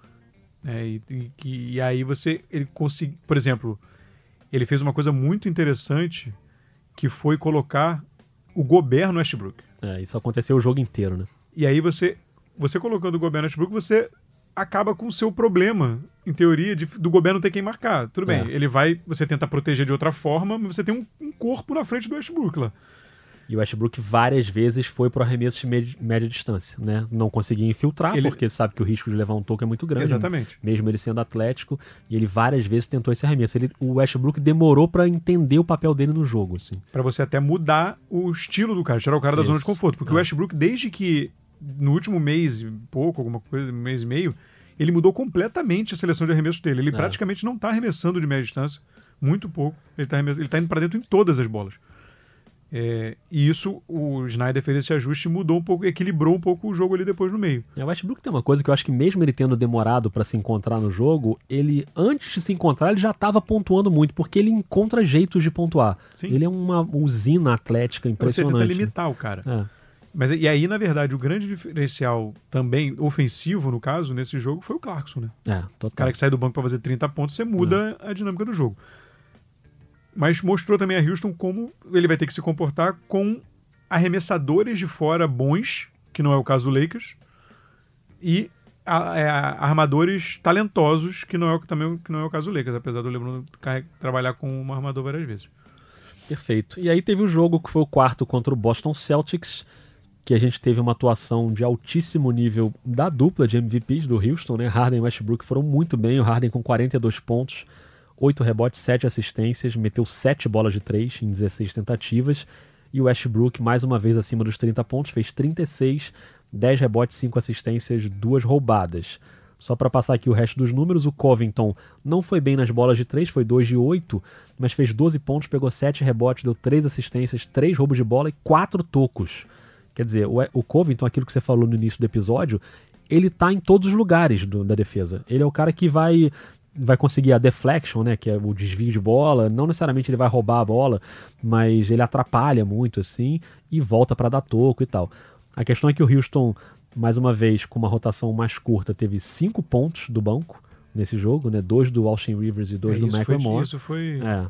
É, e, e, que- e aí você, ele conseguiu, por exemplo, ele fez uma coisa muito interessante que foi colocar o Gobert no Westbrook. É, isso aconteceu o jogo inteiro, né? E aí você, você colocando o Gobert no Westbrook, você acaba com o seu problema, em teoria, de, do Gobert não ter quem marcar. Tudo bem, É. ele vai, você tenta proteger de outra forma, mas você tem um, um corpo na frente do Westbrook lá. E o Westbrook várias vezes foi pro arremesso de med- média distância, né? Não conseguia infiltrar, Ele- porque sabe que o risco de levar um toco é muito grande. Exatamente. Mesmo ele sendo atlético, e ele várias vezes tentou esse arremesso. Ele, o Westbrook demorou pra entender o papel dele no jogo, assim. Pra você até mudar o estilo do cara, tirar o cara da Isso. zona de conforto. Porque É. o Westbrook, desde que no último mês e pouco, alguma coisa, um mês e meio, ele mudou completamente a seleção de arremesso dele. Ele É. praticamente não tá arremessando de média distância, muito pouco. Ele tá, arremess... ele tá indo pra dentro em todas as bolas. É, e isso, o Snyder fez esse ajuste e mudou um pouco, equilibrou um pouco o jogo ali depois no meio. É, o Westbrook tem uma coisa que eu acho que mesmo ele tendo demorado pra se encontrar no jogo, ele, antes de se encontrar, ele já estava pontuando muito, porque ele encontra jeitos de pontuar. Sim. Ele é uma usina atlética Você impressionante. tenta limitar o cara. É, Mas, e aí, na verdade, o grande diferencial também, ofensivo, no caso, nesse jogo, foi o Clarkson, né? é, O total. cara que sai do banco para fazer trinta pontos, você muda a dinâmica do jogo. Mas mostrou também a Houston como ele vai ter que se comportar com arremessadores de fora bons, que não é o caso do Lakers, e a- é, armadores talentosos, que não é, o- também, que não é o caso do Lakers, apesar do LeBron carre- trabalhar com um armador várias vezes. Perfeito. E aí teve o jogo que foi o quarto contra o Boston Celtics, que a gente teve uma atuação de altíssimo nível da dupla de M V Ps do Houston, né? Harden e Westbrook foram muito bem, o Harden com quarenta e dois pontos, oito rebotes, sete assistências, meteu sete bolas de três em dezesseis tentativas, e o Westbrook mais uma vez acima dos trinta pontos, fez trinta e seis, dez rebotes, cinco assistências, duas roubadas. Só para passar aqui o resto dos números, o Covington não foi bem nas bolas de três, foi dois de oito, mas fez doze pontos, pegou sete rebotes, deu três assistências, três roubos de bola e quatro tocos. Quer dizer, o, o Covington, aquilo que você falou no início do episódio, ele tá em todos os lugares do- da defesa. Ele é o cara que vai, vai conseguir a deflection, né, que é o desvio de bola. Não necessariamente ele vai roubar a bola, mas ele atrapalha muito, assim, e volta para dar toco e tal. A questão é que o Houston, mais uma vez, com uma rotação mais curta, teve cinco pontos do banco nesse jogo, né, dois do Austin Rivers e dois É, do isso foi, McLemore. isso foi É.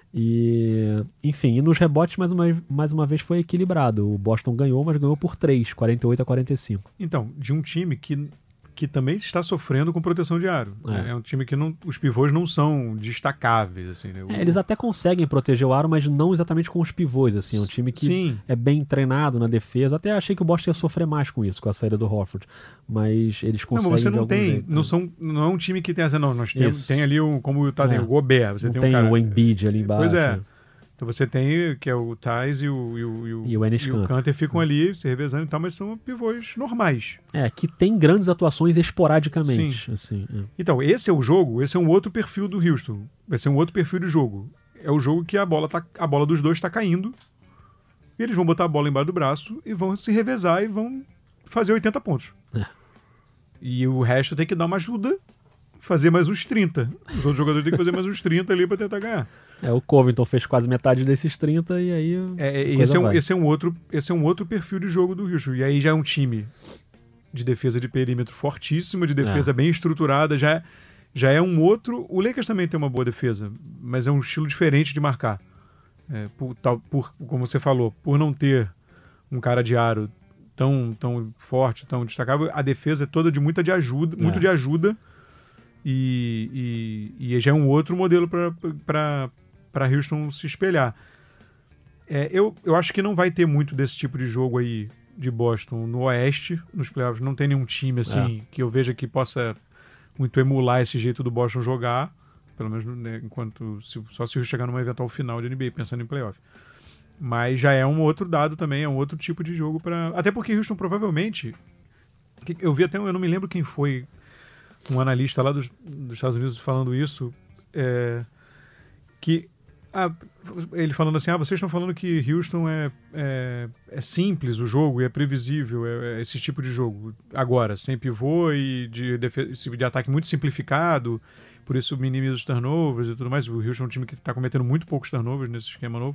E, enfim, e nos rebotes, mais uma, mais uma vez, foi equilibrado. O Boston ganhou, mas ganhou por três, quarenta e oito a quarenta e cinco. Então, de um time que, que também está sofrendo com proteção de aro. É, é um time que não, os pivôs não são destacáveis. Assim, né? o... é, eles até conseguem proteger o aro, mas não exatamente com os pivôs. Assim, é um time que Sim. é bem treinado na defesa. Até achei que o Boston ia sofrer mais com isso, com a saída do Horford. Mas eles conseguem. Não, mas você não de tem. jeito, não, né? sem, não é um time que tem essa. Não, nós temos, tem ali um. Como tá, É. tem o Gobert. Você não tem, tem um cara, o Embiid ali embaixo. Pois é. Então você tem, que é o Thais e o, e o, e o, E o Enes e o Kanter. Kanter ficam ali se revezando e tal, mas são pivôs normais. É, que tem grandes atuações esporadicamente. Sim. Assim, é. Então, esse é o jogo, esse é um outro perfil do Houston. Vai ser um outro perfil de jogo. É o jogo que a bola, tá, a bola dos dois está caindo, e eles vão botar a bola embaixo do braço e vão se revezar e vão fazer oitenta pontos. É. E o resto tem que dar uma ajuda, fazer mais uns trinta. Os outros jogadores têm que fazer mais uns trinta ali para tentar ganhar. É, o Covington fez quase metade desses trinta e aí. É, a esse, é um, vai. esse, é um outro, esse é um outro perfil de jogo do Houston. E aí já é um time de defesa de perímetro fortíssimo, de defesa É. bem estruturada, já, já é um outro. O Lakers também tem uma boa defesa, mas é um estilo diferente de marcar. É, por, tal, por, como você falou, por não ter um cara de aro tão, tão forte, tão destacável, a defesa é toda de muita de ajuda, muito É. de ajuda. E, e, e já é um outro modelo para para Houston se espelhar. É, eu, eu acho que não vai ter muito desse tipo de jogo aí de Boston no Oeste, nos playoffs. Não tem nenhum time assim É. que eu veja que possa muito emular esse jeito do Boston jogar, pelo menos, né, enquanto se, só se chegar numa eventual final de N B A, pensando em playoff. Mas já é um outro dado também, é um outro tipo de jogo para. Até porque Houston provavelmente, eu vi até, eu não me lembro quem foi, um analista lá dos, dos Estados Unidos falando isso, é, que Ah, ele falando assim, ah, vocês estão falando que Houston é, é, é simples o jogo e é previsível, é, é esse tipo de jogo. Agora, sem pivô e de, de, de ataque muito simplificado, por isso minimiza os turnovers e tudo mais. O Houston é um time que está cometendo muito poucos turnovers nesse esquema novo.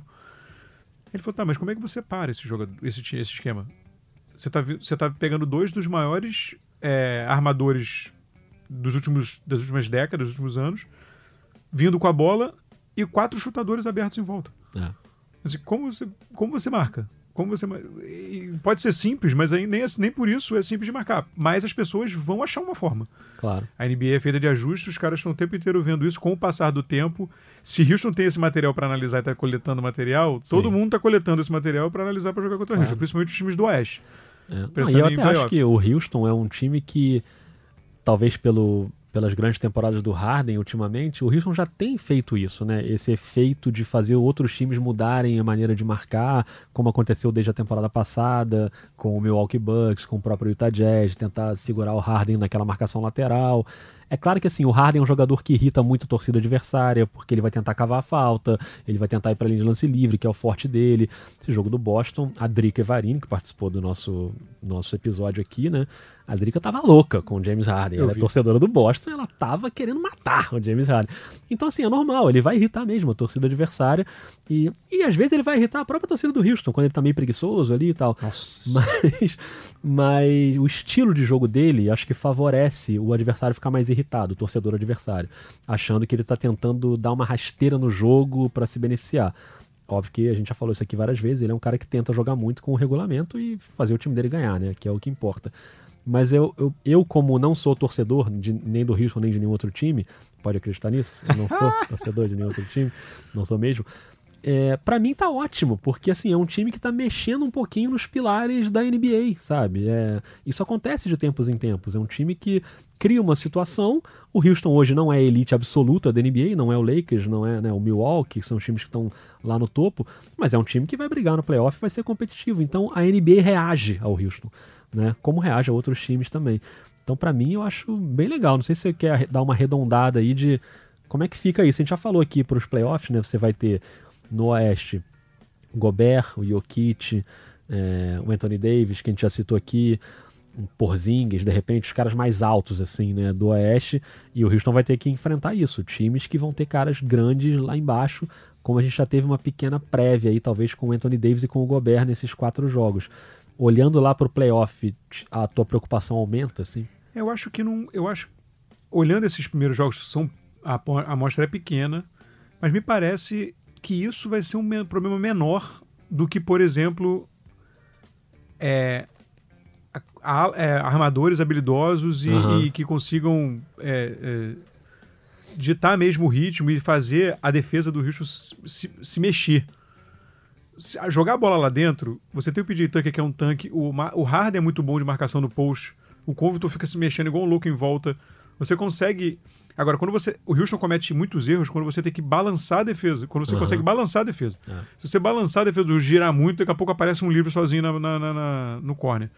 Ele falou, tá, mas como é que você para esse, jogo, esse, esse esquema? Você está você tá pegando dois dos maiores é, armadores dos últimos, das últimas décadas, dos últimos anos, vindo com a bola e quatro chutadores abertos em volta. É. Assim, como, você, como você marca? Como você, pode ser simples, mas aí nem, nem por isso é simples de marcar. Mas as pessoas vão achar uma forma. Claro. A N B A é feita de ajustes, os caras estão o tempo inteiro vendo isso. Com o passar do tempo, se Houston tem esse material para analisar e está coletando material, Sim. todo mundo está coletando esse material para analisar para jogar contra o Claro. Houston, principalmente os times do Oeste. É. Não, Pensando e eu em até playoff. acho que o Houston é um time que, talvez pelo, pelas grandes temporadas do Harden ultimamente, o Houston já tem feito isso, né? Esse efeito de fazer outros times mudarem a maneira de marcar, como aconteceu desde a temporada passada, com o Milwaukee Bucks, com o próprio Utah Jazz, tentar segurar o Harden naquela marcação lateral. É claro que assim, o Harden é um jogador que irrita muito a torcida adversária, porque ele vai tentar cavar a falta, ele vai tentar ir para a linha de lance livre, que é o forte dele. Esse jogo do Boston, a Drica Evarini, que participou do nosso, nosso episódio aqui, né? A Drica tava louca com o James Harden. Eu Ela vi. é torcedora do Boston, ela tava querendo matar o James Harden. Então assim, é normal, ele vai irritar mesmo a torcida adversária e, e às vezes ele vai irritar a própria torcida do Houston, quando ele tá meio preguiçoso ali e tal. Nossa. Mas, mas o estilo de jogo dele acho que favorece o adversário ficar mais irritado, o torcedor adversário, achando que ele tá tentando dar uma rasteira no jogo para se beneficiar. Óbvio que a gente já falou isso aqui várias vezes, ele é um cara que tenta jogar muito com o regulamento e fazer o time dele ganhar, né? Que é o que importa. Mas eu, eu, eu como não sou torcedor de, nem do Houston nem de nenhum outro time, pode acreditar nisso? Eu não sou torcedor de nenhum outro time, não sou mesmo. É, pra mim tá ótimo, porque assim, é um time que tá mexendo um pouquinho nos pilares da N B A, sabe? É, isso acontece de tempos em tempos. É um time que cria uma situação. O Houston hoje não é a elite absoluta da N B A, não é o Lakers, não é, né, o Milwaukee, que são os times que estão lá no topo, mas é um time que vai brigar no playoff, vai ser competitivo. Então a N B A reage ao Houston, né? Como reage a outros times também. Então pra mim eu acho bem legal. Não sei se você quer dar uma arredondada aí de como é que fica isso. A gente já falou aqui pros playoffs, né? Você vai ter no Oeste o Gobert, o Jokic, é, o Anthony Davis, que a gente já citou aqui, um Porzingis, de repente, os caras mais altos assim, né, do Oeste, e o Houston vai ter que enfrentar isso, times que vão ter caras grandes lá embaixo, como a gente já teve uma pequena prévia aí, talvez com o Anthony Davis e com o Gobert nesses quatro jogos. Olhando lá pro playoff, a tua preocupação aumenta, assim? Eu acho que não. Eu acho. Olhando esses primeiros jogos, são, a, a amostra é pequena, mas me parece que isso vai ser um me- problema menor do que, por exemplo, é, a- a- é, armadores habilidosos e, Aham. e que consigam é, é, ditar mesmo o ritmo e fazer a defesa do Houston se, se- se mexer. Se- a jogar a bola lá dentro, você tem o P J Tucker, que é um tanque, o, Ma- o Harden é muito bom de marcação no post, o Covington fica se mexendo igual um louco em volta. Você consegue... Agora, quando você... O Houston comete muitos erros quando você tem que balançar a defesa. Quando você Aham. consegue balançar a defesa. É. Se você balançar a defesa, do girar muito, daqui a pouco aparece um livro sozinho na, na- na- na- no corner.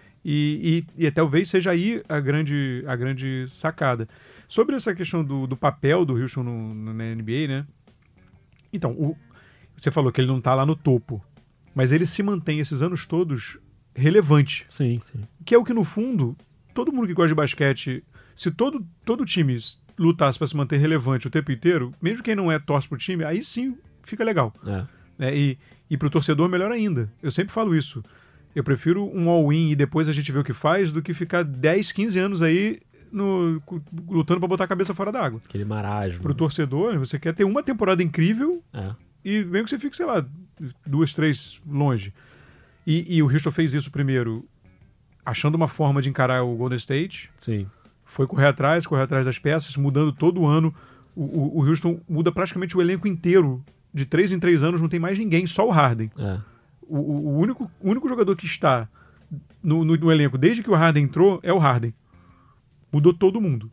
E, e, e talvez seja aí a grande, a grande sacada. Sobre essa questão do, do papel do Houston no, no- na N B A, né? Então, o- você falou que ele não tá lá no topo. Mas ele se mantém esses anos todos relevante. Sim, sim. Que é o que, no fundo, todo mundo que gosta de basquete... Se todo, todo time lutasse para se manter relevante o tempo inteiro, mesmo quem não é torce pro time, aí sim fica legal. É. Né? E, e pro torcedor, melhor ainda. Eu sempre falo isso. Eu prefiro um all-in e depois a gente vê o que faz do que ficar dez, quinze anos aí no, lutando para botar a cabeça fora da água. Aquele marasmo. Pro torcedor, você quer ter uma temporada incrível É. e mesmo que você fique, sei lá, duas, três longe. E, e o Houston fez isso primeiro achando uma forma de encarar o Golden State. Sim. Foi correr atrás, correr atrás das peças, mudando todo ano. O, o, o Houston muda praticamente o elenco inteiro. De três em três anos não tem mais ninguém, só o Harden. É. O, o, o único, o único jogador que está no, no, no elenco desde que o Harden entrou é o Harden. Mudou todo mundo.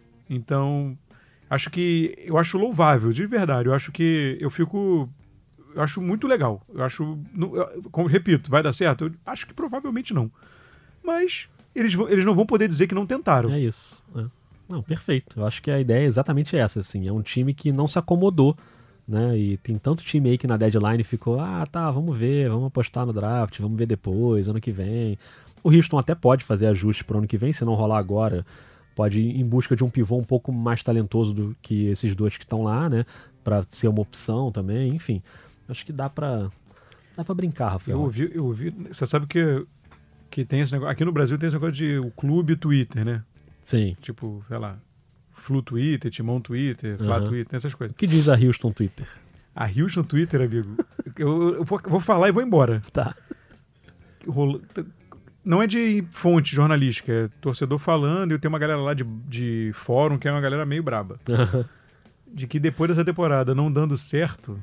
Então, acho que... Eu acho louvável, de verdade. Eu acho que... Eu fico... Eu acho muito legal. Eu acho... não- eu- como, repito, vai dar certo? Eu acho que provavelmente não. Mas eles, vão- eles não vão poder dizer que não tentaram. É isso. É. Não, perfeito. Eu acho que a ideia é exatamente essa, assim. É um time que não se acomodou, né? E tem tanto time aí que na deadline ficou, ah, tá, vamos ver, vamos apostar no draft, vamos ver depois, ano que vem. O Houston até pode fazer ajustes pro ano que vem, se não rolar agora, pode ir em busca de um pivô um pouco mais talentoso do que esses dois que estão lá, né? Pra ser uma opção também, enfim. Acho que dá pra, dá pra brincar, Rafael. Eu ouvi, eu ouvi... Você sabe que, que tem esse negócio... Aqui no Brasil tem esse negócio de o clube Twitter, né? Sim. Tipo, sei lá, Flu Twitter, Timão Twitter, Flá Uhum. Twitter, essas O coisas. que diz a Houston Twitter? A Houston Twitter, amigo, eu, eu vou, vou falar e vou embora. Tá. Rola- Não é de fonte jornalística, é torcedor falando e tem uma galera lá de, de fórum que é uma galera meio braba. De que depois dessa temporada não dando certo,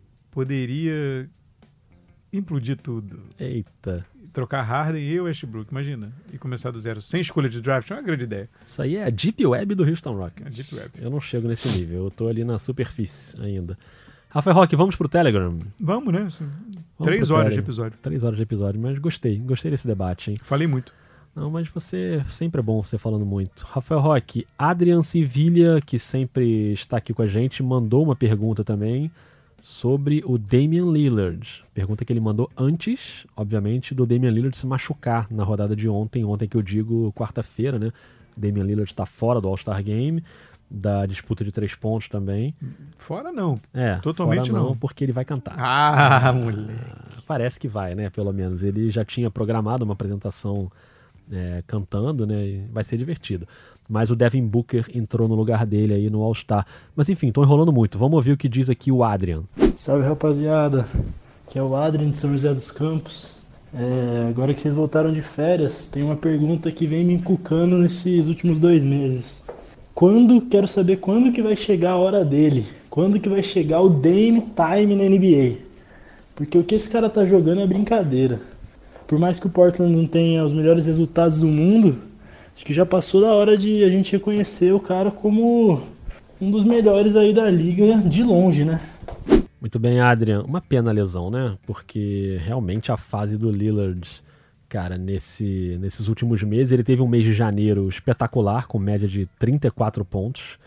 poderia implodir tudo. Eita. Trocar Harden e Westbrook, imagina. E começar do zero, sem escolha de draft, é uma grande ideia. Isso aí é a Deep Web do Houston Rockets. É a Deep Web. Eu não chego nesse nível, eu tô ali na superfície ainda. Rafael Roque, vamos pro Telegram. Vamos, né? Assim, Vamos três pro horas de Telegram. episódio. Três horas de episódio, mas gostei, gostei desse debate, hein? Falei muito. Não, mas você, sempre é bom você falando muito. Rafael Roque, Adrian Civilha, que sempre está aqui com a gente, mandou uma pergunta também sobre o Damian Lillard. Pergunta que ele mandou antes, obviamente, do Damian Lillard se machucar na rodada de ontem. Ontem que eu digo quarta-feira, né? Damian Lillard está fora do All-Star Game, da disputa de três pontos também. Fora não. É, Totalmente fora não, não. porque ele vai cantar. Ah, moleque. Parece que vai, né? Pelo menos. Ele já tinha programado uma apresentação é, cantando, né? E vai ser divertido. Mas o Devin Booker entrou no lugar dele aí no All-Star. Mas enfim, tô enrolando muito. Vamos ouvir o que diz aqui o Adrian. Salve, rapaziada. Aqui é o Adrian de São José dos Campos. É, agora que vocês voltaram de férias, tem uma pergunta que vem me encucando nesses últimos dois meses. Quando, quero saber quando que vai chegar a hora dele? Quando que vai chegar o Dame Time na N B A? Porque o que esse cara tá jogando é brincadeira. Por mais que o Portland não tenha os melhores resultados do mundo, acho que já passou da hora de a gente reconhecer o cara como um dos melhores aí da liga de longe, né? Muito bem, Adrian. Uma pena a lesão, né? Porque realmente a fase do Lillard, cara, nesse, nesses últimos meses, ele teve um mês de janeiro espetacular, com média de trinta e quatro pontos.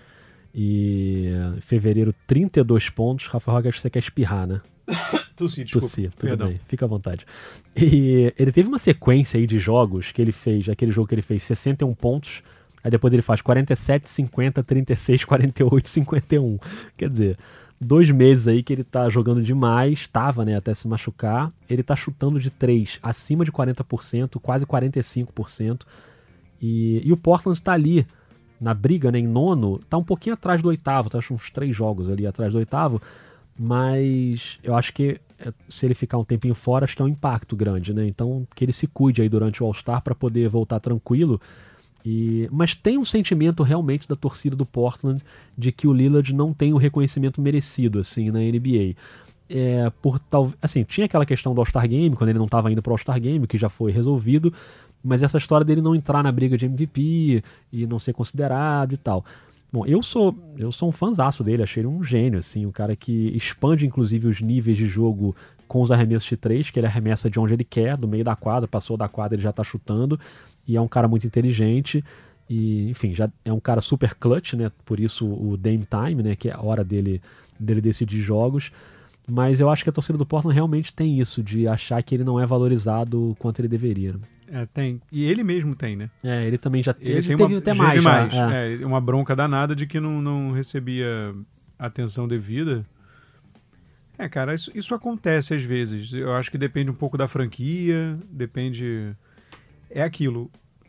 E em fevereiro, trinta e dois pontos. Rafael Roque, acho que você quer espirrar, né? Tossi, desculpa. Tossi, tudo Perdão. bem, fica à vontade. E ele teve uma sequência aí de jogos que ele fez, aquele jogo que ele fez sessenta e um pontos, aí depois ele faz quarenta e sete, cinquenta, trinta e seis, quarenta e oito, cinquenta e um. Quer dizer, dois meses aí que ele tá jogando demais, tava, né, até se machucar. Ele tá chutando de três, acima de quarenta por cento, quase quarenta e cinco por cento. E, e o Portland tá ali, na briga, né, em nono, tá um pouquinho atrás do oitavo, tá uns três jogos ali atrás do oitavo. mas eu acho que é, se ele ficar um tempinho fora, acho que é um impacto grande, né? Então, que ele se cuide aí durante o All-Star para poder voltar tranquilo. E, mas tem um sentimento realmente da torcida do Portland de que o Lillard não tem o reconhecimento merecido assim na N B A. É, por tal, assim, tinha aquela questão do All-Star Game, quando ele não estava indo para o All-Star Game, que já foi resolvido, mas essa história dele não entrar na briga de M V P e não ser considerado e tal. Bom, eu sou, eu sou um fanzaço dele, achei ele um gênio, assim, um cara que expande inclusive os níveis de jogo com os arremessos de três, que ele arremessa de onde ele quer, do meio da quadra, passou da quadra, ele já tá chutando, e é um cara muito inteligente, e enfim, já é um cara super clutch, né, por isso o Dame Time, né, que é a hora dele, dele decidir jogos. Mas eu acho que a torcida do Portland realmente tem isso, de achar que ele não é valorizado quanto ele deveria. É, tem. E ele mesmo tem, né? É, ele também já teve, ele tem teve uma, até já mais. mais. Já, é. É, uma bronca danada de que não, não recebia atenção devida. É, cara, isso, isso acontece às vezes. Eu acho que depende um pouco da franquia, depende... É aquilo.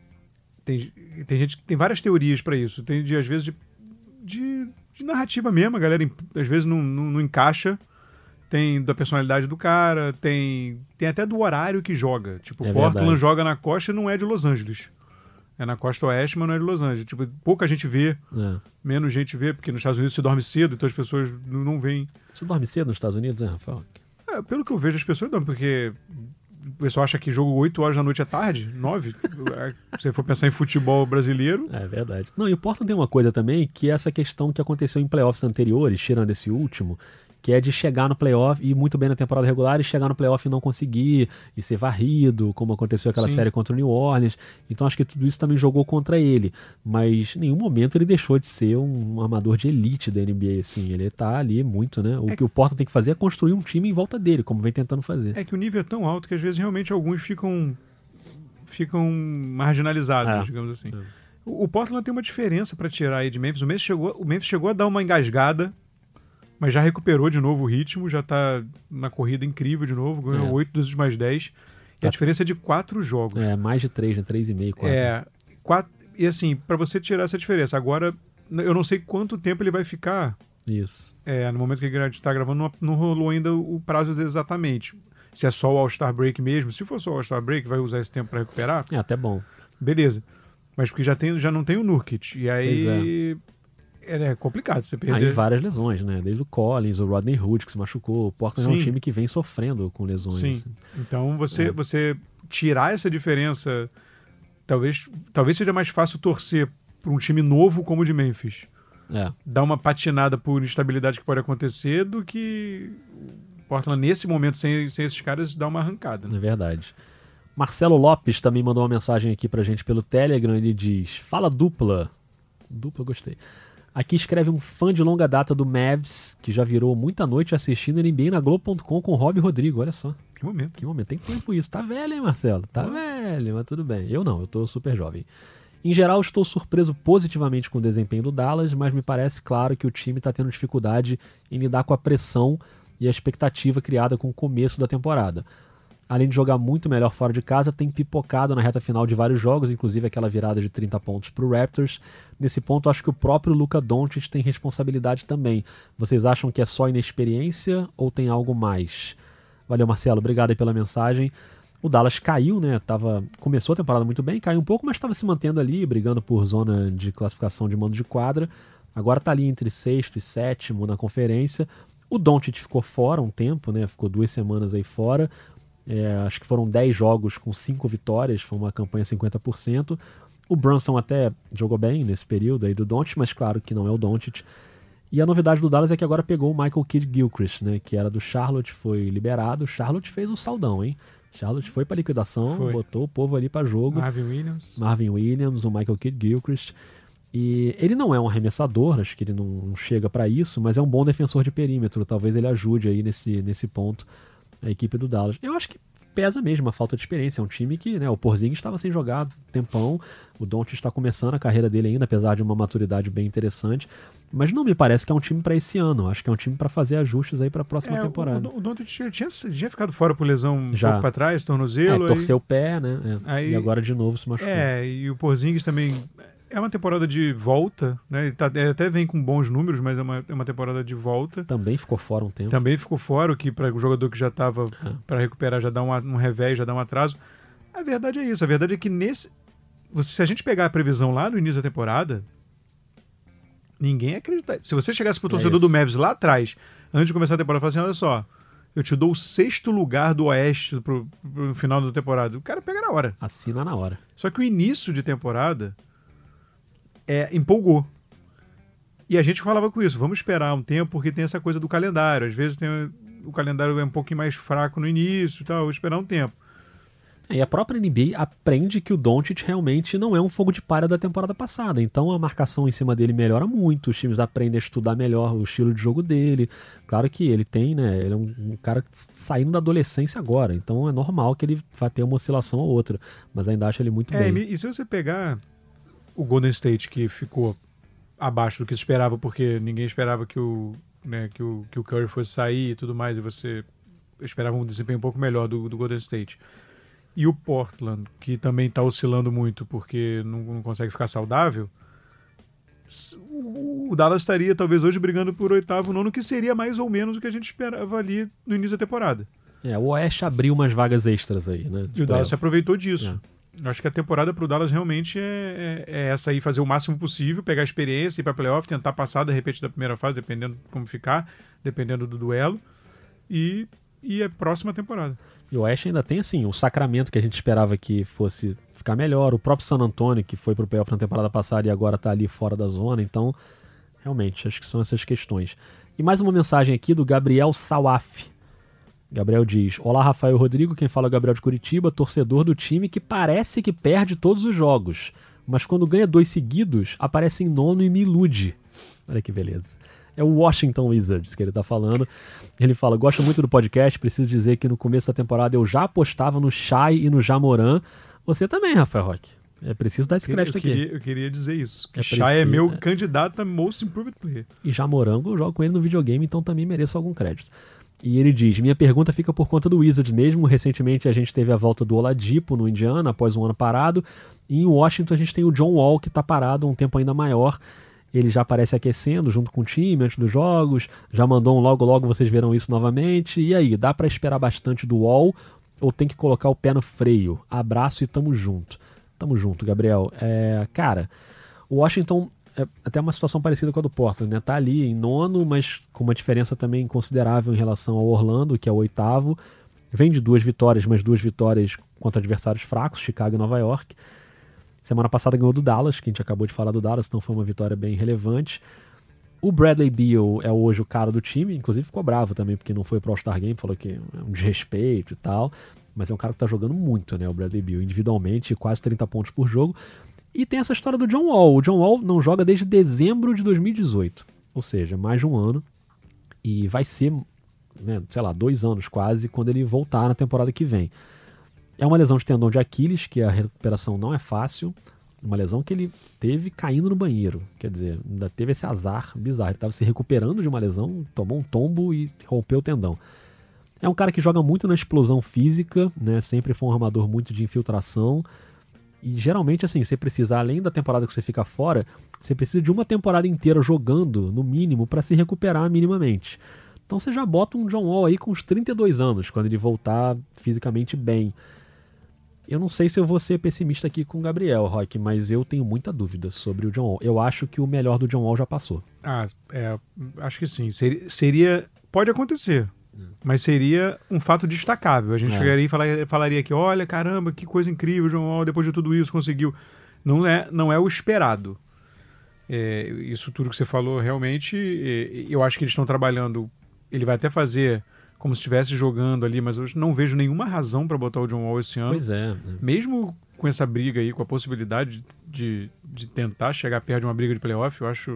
Tem, tem gente que tem várias teorias pra isso. Tem, de, às vezes, de, de, de narrativa mesmo. A galera, às vezes, não, não, não encaixa. Tem da personalidade do cara, tem, tem até do horário que joga. Tipo, É Portland verdade. joga na costa e não é de Los Angeles. É na costa oeste, mas não é de Los Angeles. Tipo, pouca gente vê, É. menos gente vê, porque nos Estados Unidos se dorme cedo, então as pessoas não, não veem. Você dorme cedo nos Estados Unidos, né, Rafael? É, pelo que eu vejo, as pessoas dormem, porque o pessoal acha que jogo oito horas da noite é tarde, nove. Se você for pensar em futebol brasileiro... É verdade. Não, e o Portland tem uma coisa também, que é essa questão que aconteceu em playoffs anteriores, tirando esse último, que é de chegar no playoff e ir muito bem na temporada regular e chegar no playoff e não conseguir, e ser varrido, como aconteceu aquela Sim. série contra o New Orleans. Então acho que tudo isso também jogou contra ele. Mas em nenhum momento ele deixou de ser um armador de elite da N B A, assim. Ele tá ali muito, né? O É que o Portland tem que fazer é construir um time em volta dele, como vem tentando fazer. É que o nível é tão alto que às vezes realmente alguns ficam, ficam marginalizados, É. digamos assim. É. O, o Portland tem uma diferença para tirar aí de Memphis. O Memphis, chegou, o Memphis chegou a dar uma engasgada, mas já recuperou de novo o ritmo, já tá na corrida incrível de novo, ganhou É. oito dos últimos dez. E Tá. a diferença é de quatro jogos. É, mais de três, né? Três e meio, quatro. É, quatro, e assim, para você tirar essa diferença, agora eu não sei quanto tempo ele vai ficar. Isso. É, no momento que a gente está gravando, não, não rolou ainda o prazo exatamente. Se é só o All-Star Break mesmo. Se for só o All-Star Break, vai usar esse tempo para recuperar, É até bom. beleza. Mas porque já, tem, já não tem o Nurkic. E aí é. é complicado você perder. Aí várias lesões, né? Desde o Collins, o Rodney Hood que se machucou. O Portland é um Sim. time que vem sofrendo com lesões. Sim. assim. Então você, É. você tirar essa diferença, talvez, talvez seja mais fácil torcer para um time novo como o de Memphis. É. Dar uma patinada por instabilidade que pode acontecer do que o Portland, nesse momento, sem, sem esses caras, dar uma arrancada. Né? É verdade. Marcelo Lopes também mandou uma mensagem aqui pra gente pelo Telegram. Ele diz: fala dupla. Dupla, gostei. Aqui escreve um fã de longa data do Mavs, que já virou muita noite assistindo N B A na Globo ponto com com o Rob Rodrigo. Olha só. Que momento. Que momento. Tem tempo isso. Tá velho, hein, Marcelo? Tá velho, mas tudo bem. Eu não, eu tô super jovem. Em geral, estou surpreso positivamente com o desempenho do Dallas, mas me parece claro que o time está tendo dificuldade em lidar com a pressão e a expectativa criada com o começo da temporada. Além de jogar muito melhor fora de casa, tem pipocado na reta final de vários jogos, inclusive aquela virada de trinta pontos para o Raptors. Nesse ponto, acho que o próprio Luka Doncic tem responsabilidade também. Vocês acham que é só inexperiência ou tem algo mais? Valeu, Marcelo. Obrigado aí pela mensagem. O Dallas caiu, né? Tava, começou a temporada muito bem, caiu um pouco, mas estava se mantendo ali, brigando por zona de classificação de mando de quadra. Agora está ali entre sexto e sétimo na conferência. O Doncic ficou fora um tempo, né? Ficou duas semanas aí fora. É, acho que foram dez jogos com cinco vitórias, foi uma campanha cinquenta por cento. O Brunson até jogou bem nesse período aí do Doncic, mas claro que não é o Doncic. E a novidade do Dallas é que agora pegou o Michael Kidd-Gilchrist, né? Que era do Charlotte, foi liberado. Charlotte fez um saldão, hein? Charlotte foi para liquidação, Foi. botou o povo ali para jogo. Marvin Williams. Marvin Williams, o Michael Kidd-Gilchrist. E ele não é um arremessador, acho que ele não, não chega para isso, mas é um bom defensor de perímetro. Talvez ele ajude aí nesse, nesse ponto a equipe do Dallas. Eu acho que pesa mesmo a falta de experiência. É um time que, né, o Porzingis estava sem jogar tempão, o Doncic está começando a carreira dele ainda, apesar de uma maturidade bem interessante, mas não me parece que é um time para esse ano. Acho que é um time para fazer ajustes aí para a próxima É, temporada. O, o Doncic tinha, tinha, tinha ficado fora por lesão um Já. pouco para trás, É, tornozelo. torceu aí, o pé, né? É. aí- E agora de novo se machucou. É, e o Porzingis também... é uma temporada de volta, né? Ele, tá, ele até vem com bons números, mas é uma, é uma temporada de volta. Também ficou fora um tempo. Também ficou fora, o que para o jogador que já estava É. para recuperar já dá um, um revés, já dá um atraso. A verdade é isso. A verdade é que nesse, você, se a gente pegar a previsão lá no início da temporada, ninguém acredita. Se você chegasse pro torcedor É do isso. Mavs lá atrás, antes de começar a temporada, e falasse assim, olha só, eu te dou o sexto lugar do Oeste pro, pro final da temporada. O cara pega na hora. Assina na hora. Só que o início de temporada é, empolgou. E a gente falava com isso, vamos esperar um tempo, porque tem essa coisa do calendário. Às vezes tem, o calendário é um pouquinho mais fraco no início e tal, vou esperar um tempo. É, e a própria N B A aprende que o Doncic realmente não é um fogo de palha da temporada passada. Então a marcação em cima dele melhora muito, os times aprendem a estudar melhor o estilo de jogo dele. Claro que ele tem, né? Ele é um, um cara saindo da adolescência agora, então é normal que ele vá ter uma oscilação ou outra. Mas ainda acho ele muito É, bem. e se você pegar o Golden State, que ficou abaixo do que se esperava, porque ninguém esperava que o, né, que o, que o Curry fosse sair e tudo mais, e você esperava um desempenho um pouco melhor do, do Golden State. E o Portland, que também está oscilando muito porque não, não consegue ficar saudável, o Dallas estaria talvez hoje brigando por oitavo, nono, que seria mais ou menos o que a gente esperava ali no início da temporada. É, o Oeste abriu umas vagas extras aí, né? E o Dallas se aproveitou disso. É. Acho que a temporada para o Dallas realmente é, é, é essa aí, fazer o máximo possível, pegar a experiência, ir para playoff, tentar passar de repente da primeira fase, dependendo de como ficar, dependendo do duelo, e, e é próxima temporada. E o Oeste ainda tem, assim, o Sacramento, que a gente esperava que fosse ficar melhor, o próprio San Antonio, que foi pro playoff na temporada passada e agora tá ali fora da zona, então, realmente, acho que são essas questões. E mais uma mensagem aqui do Gabriel Sawaf. Gabriel diz, olá Rafael Rodrigo, quem fala é o Gabriel de Curitiba, torcedor do time que parece que perde todos os jogos, mas quando ganha dois seguidos, aparece em nono e me ilude. Olha que beleza. É o Washington Wizards que ele tá falando. Ele fala, gosto muito do podcast, preciso dizer que no começo da temporada eu já apostava no Shai e no Jamoran. Você também, Rafael Roque. É preciso dar esse crédito eu aqui. Queria, eu queria dizer isso. Que É Shai preciso, é meu é. candidato a Most Improved Player. E Jamoran, eu jogo com ele no videogame, então também mereço algum crédito. E ele diz, minha pergunta fica por conta do Wizards mesmo. Recentemente a gente teve a volta do Oladipo no Indiana, após um ano parado. E em Washington a gente tem o John Wall, que tá parado um tempo ainda maior. Ele já aparece aquecendo junto com o time antes dos jogos, já mandou um logo logo vocês verão isso novamente. E aí, dá pra esperar bastante do Wall ou tem que colocar o pé no freio? Abraço e tamo junto. Tamo junto, Gabriel. É, cara, o Washington é até uma situação parecida com a do Portland, né? Tá ali em nono, mas com uma diferença também considerável em relação ao Orlando, que é o oitavo. Vem de duas vitórias, mas duas vitórias contra adversários fracos, Chicago e Nova York. Semana passada ganhou do Dallas, que a gente acabou de falar do Dallas, então foi uma vitória bem relevante. O Bradley Beal é hoje o cara do time, inclusive ficou bravo também, porque não foi pro All-Star Game, falou que é um desrespeito e tal, mas é um cara que tá jogando muito, né, o Bradley Beal, individualmente, quase trinta pontos por jogo. E tem essa história do John Wall. O John Wall não joga desde dezembro de dois mil e dezoito, ou seja, mais de um ano, e vai ser, né, sei lá, dois anos quase, quando ele voltar na temporada que vem. É uma lesão de tendão de Aquiles, que a recuperação não é fácil. Uma lesão que ele teve caindo no banheiro. Quer dizer, ainda teve esse azar bizarro. Ele estava se recuperando de uma lesão, tomou um tombo e rompeu o tendão. É um cara que joga muito na explosão física, né? Sempre foi um armador muito de infiltração. E geralmente, assim, você precisa, além da temporada que você fica fora, você precisa de uma temporada inteira jogando, no mínimo, para se recuperar minimamente. Então você já bota um John Wall aí com uns trinta e dois anos, quando ele voltar fisicamente bem. Eu não sei se eu vou ser pessimista aqui com o Gabriel, Roque, mas eu tenho muita dúvida sobre o John Wall. Eu acho que o melhor do John Wall já passou. Ah, é, acho que sim. Seria, seria pode acontecer, hum. mas seria um fato destacável. A gente é. chegaria e falar, falaria aqui, olha, caramba, que coisa incrível, o John Wall, depois de tudo isso, conseguiu. Não é, não é o esperado. É, isso tudo que você falou, realmente, é, eu acho que eles estão trabalhando, ele vai até fazer como se estivesse jogando ali, mas eu não vejo nenhuma razão para botar o John Wall esse ano. Pois é. é. Mesmo com essa briga aí, com a possibilidade de, de tentar chegar perto de uma briga de playoff, eu acho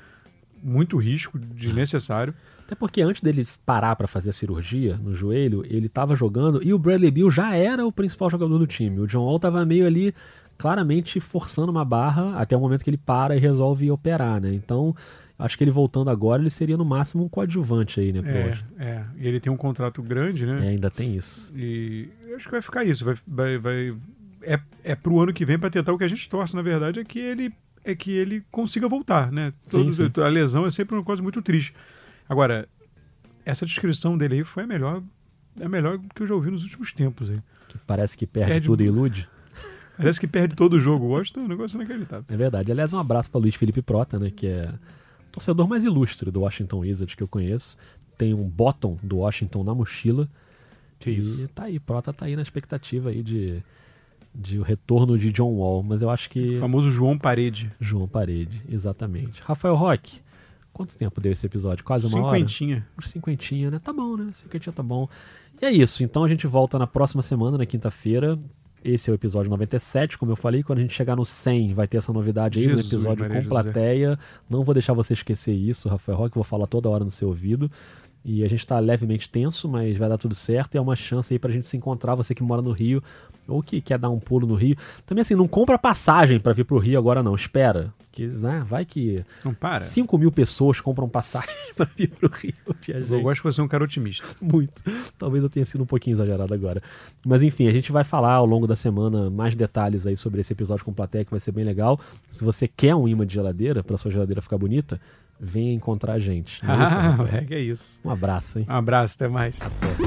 muito risco, desnecessário. Até porque antes deles parar para fazer a cirurgia no joelho, ele estava jogando e o Bradley Beal já era o principal jogador do time. O John Wall estava meio ali, claramente forçando uma barra até o momento que ele para e resolve operar, né? Então, acho que ele voltando agora, ele seria no máximo um coadjuvante aí, né? Pro é, hoje. é, e ele tem um contrato grande, né? É, ainda tem isso. E eu acho que vai ficar isso. Vai, vai, vai, é, é pro ano que vem para tentar o que a gente torce, na verdade, é que ele é que ele consiga voltar, né? Sim, Todos- sim. A lesão é sempre uma coisa muito triste. Agora, essa descrição dele aí foi a melhor, é a melhor que eu já ouvi nos últimos tempos. Aí. Que parece que perde Perde- tudo e ilude. Parece que perde todo o jogo. O Washington é um negócio inacreditável. É verdade. Aliás, um abraço para Luiz Felipe Prota, né, que é o torcedor mais ilustre do Washington Wizards que eu conheço. Tem um bottom do Washington na mochila. Que E tá aí, Prota tá aí na expectativa aí de, de o retorno de John Wall, mas eu acho que O famoso João Parede. João Parede, exatamente. Rafael Roque, quanto tempo deu esse episódio? Quase uma hora? Cinquentinha. Uns cinquentinha, né? Tá bom, né? Cinquentinha tá bom. E é isso, então a gente volta na próxima semana, na quinta-feira. Esse é o episódio noventa e sete, como eu falei. Quando a gente chegar no cem, vai ter essa novidade aí, Jesus, no episódio Maria com José. plateia. Não vou deixar você esquecer isso, Rafael Roque, vou falar toda hora no seu ouvido. E a gente tá levemente tenso, mas vai dar tudo certo. E é uma chance aí pra gente se encontrar, você que mora no Rio, ou que quer dar um pulo no Rio. Também assim, não compra passagem pra vir pro Rio agora não, espera. Que, né, vai que Não para. cinco mil pessoas compram passagem pra vir pro Rio viajar. Eu gosto que você é um cara otimista. Muito. Talvez eu tenha sido um pouquinho exagerado agora. Mas enfim, a gente vai falar ao longo da semana mais detalhes aí sobre esse episódio com plateia, que vai ser bem legal. Se você quer um imã de geladeira, pra sua geladeira ficar bonita, venha encontrar a gente. Não é isso, Ah, Rafael? é que é isso. Um abraço, hein? Um abraço, até mais. Até.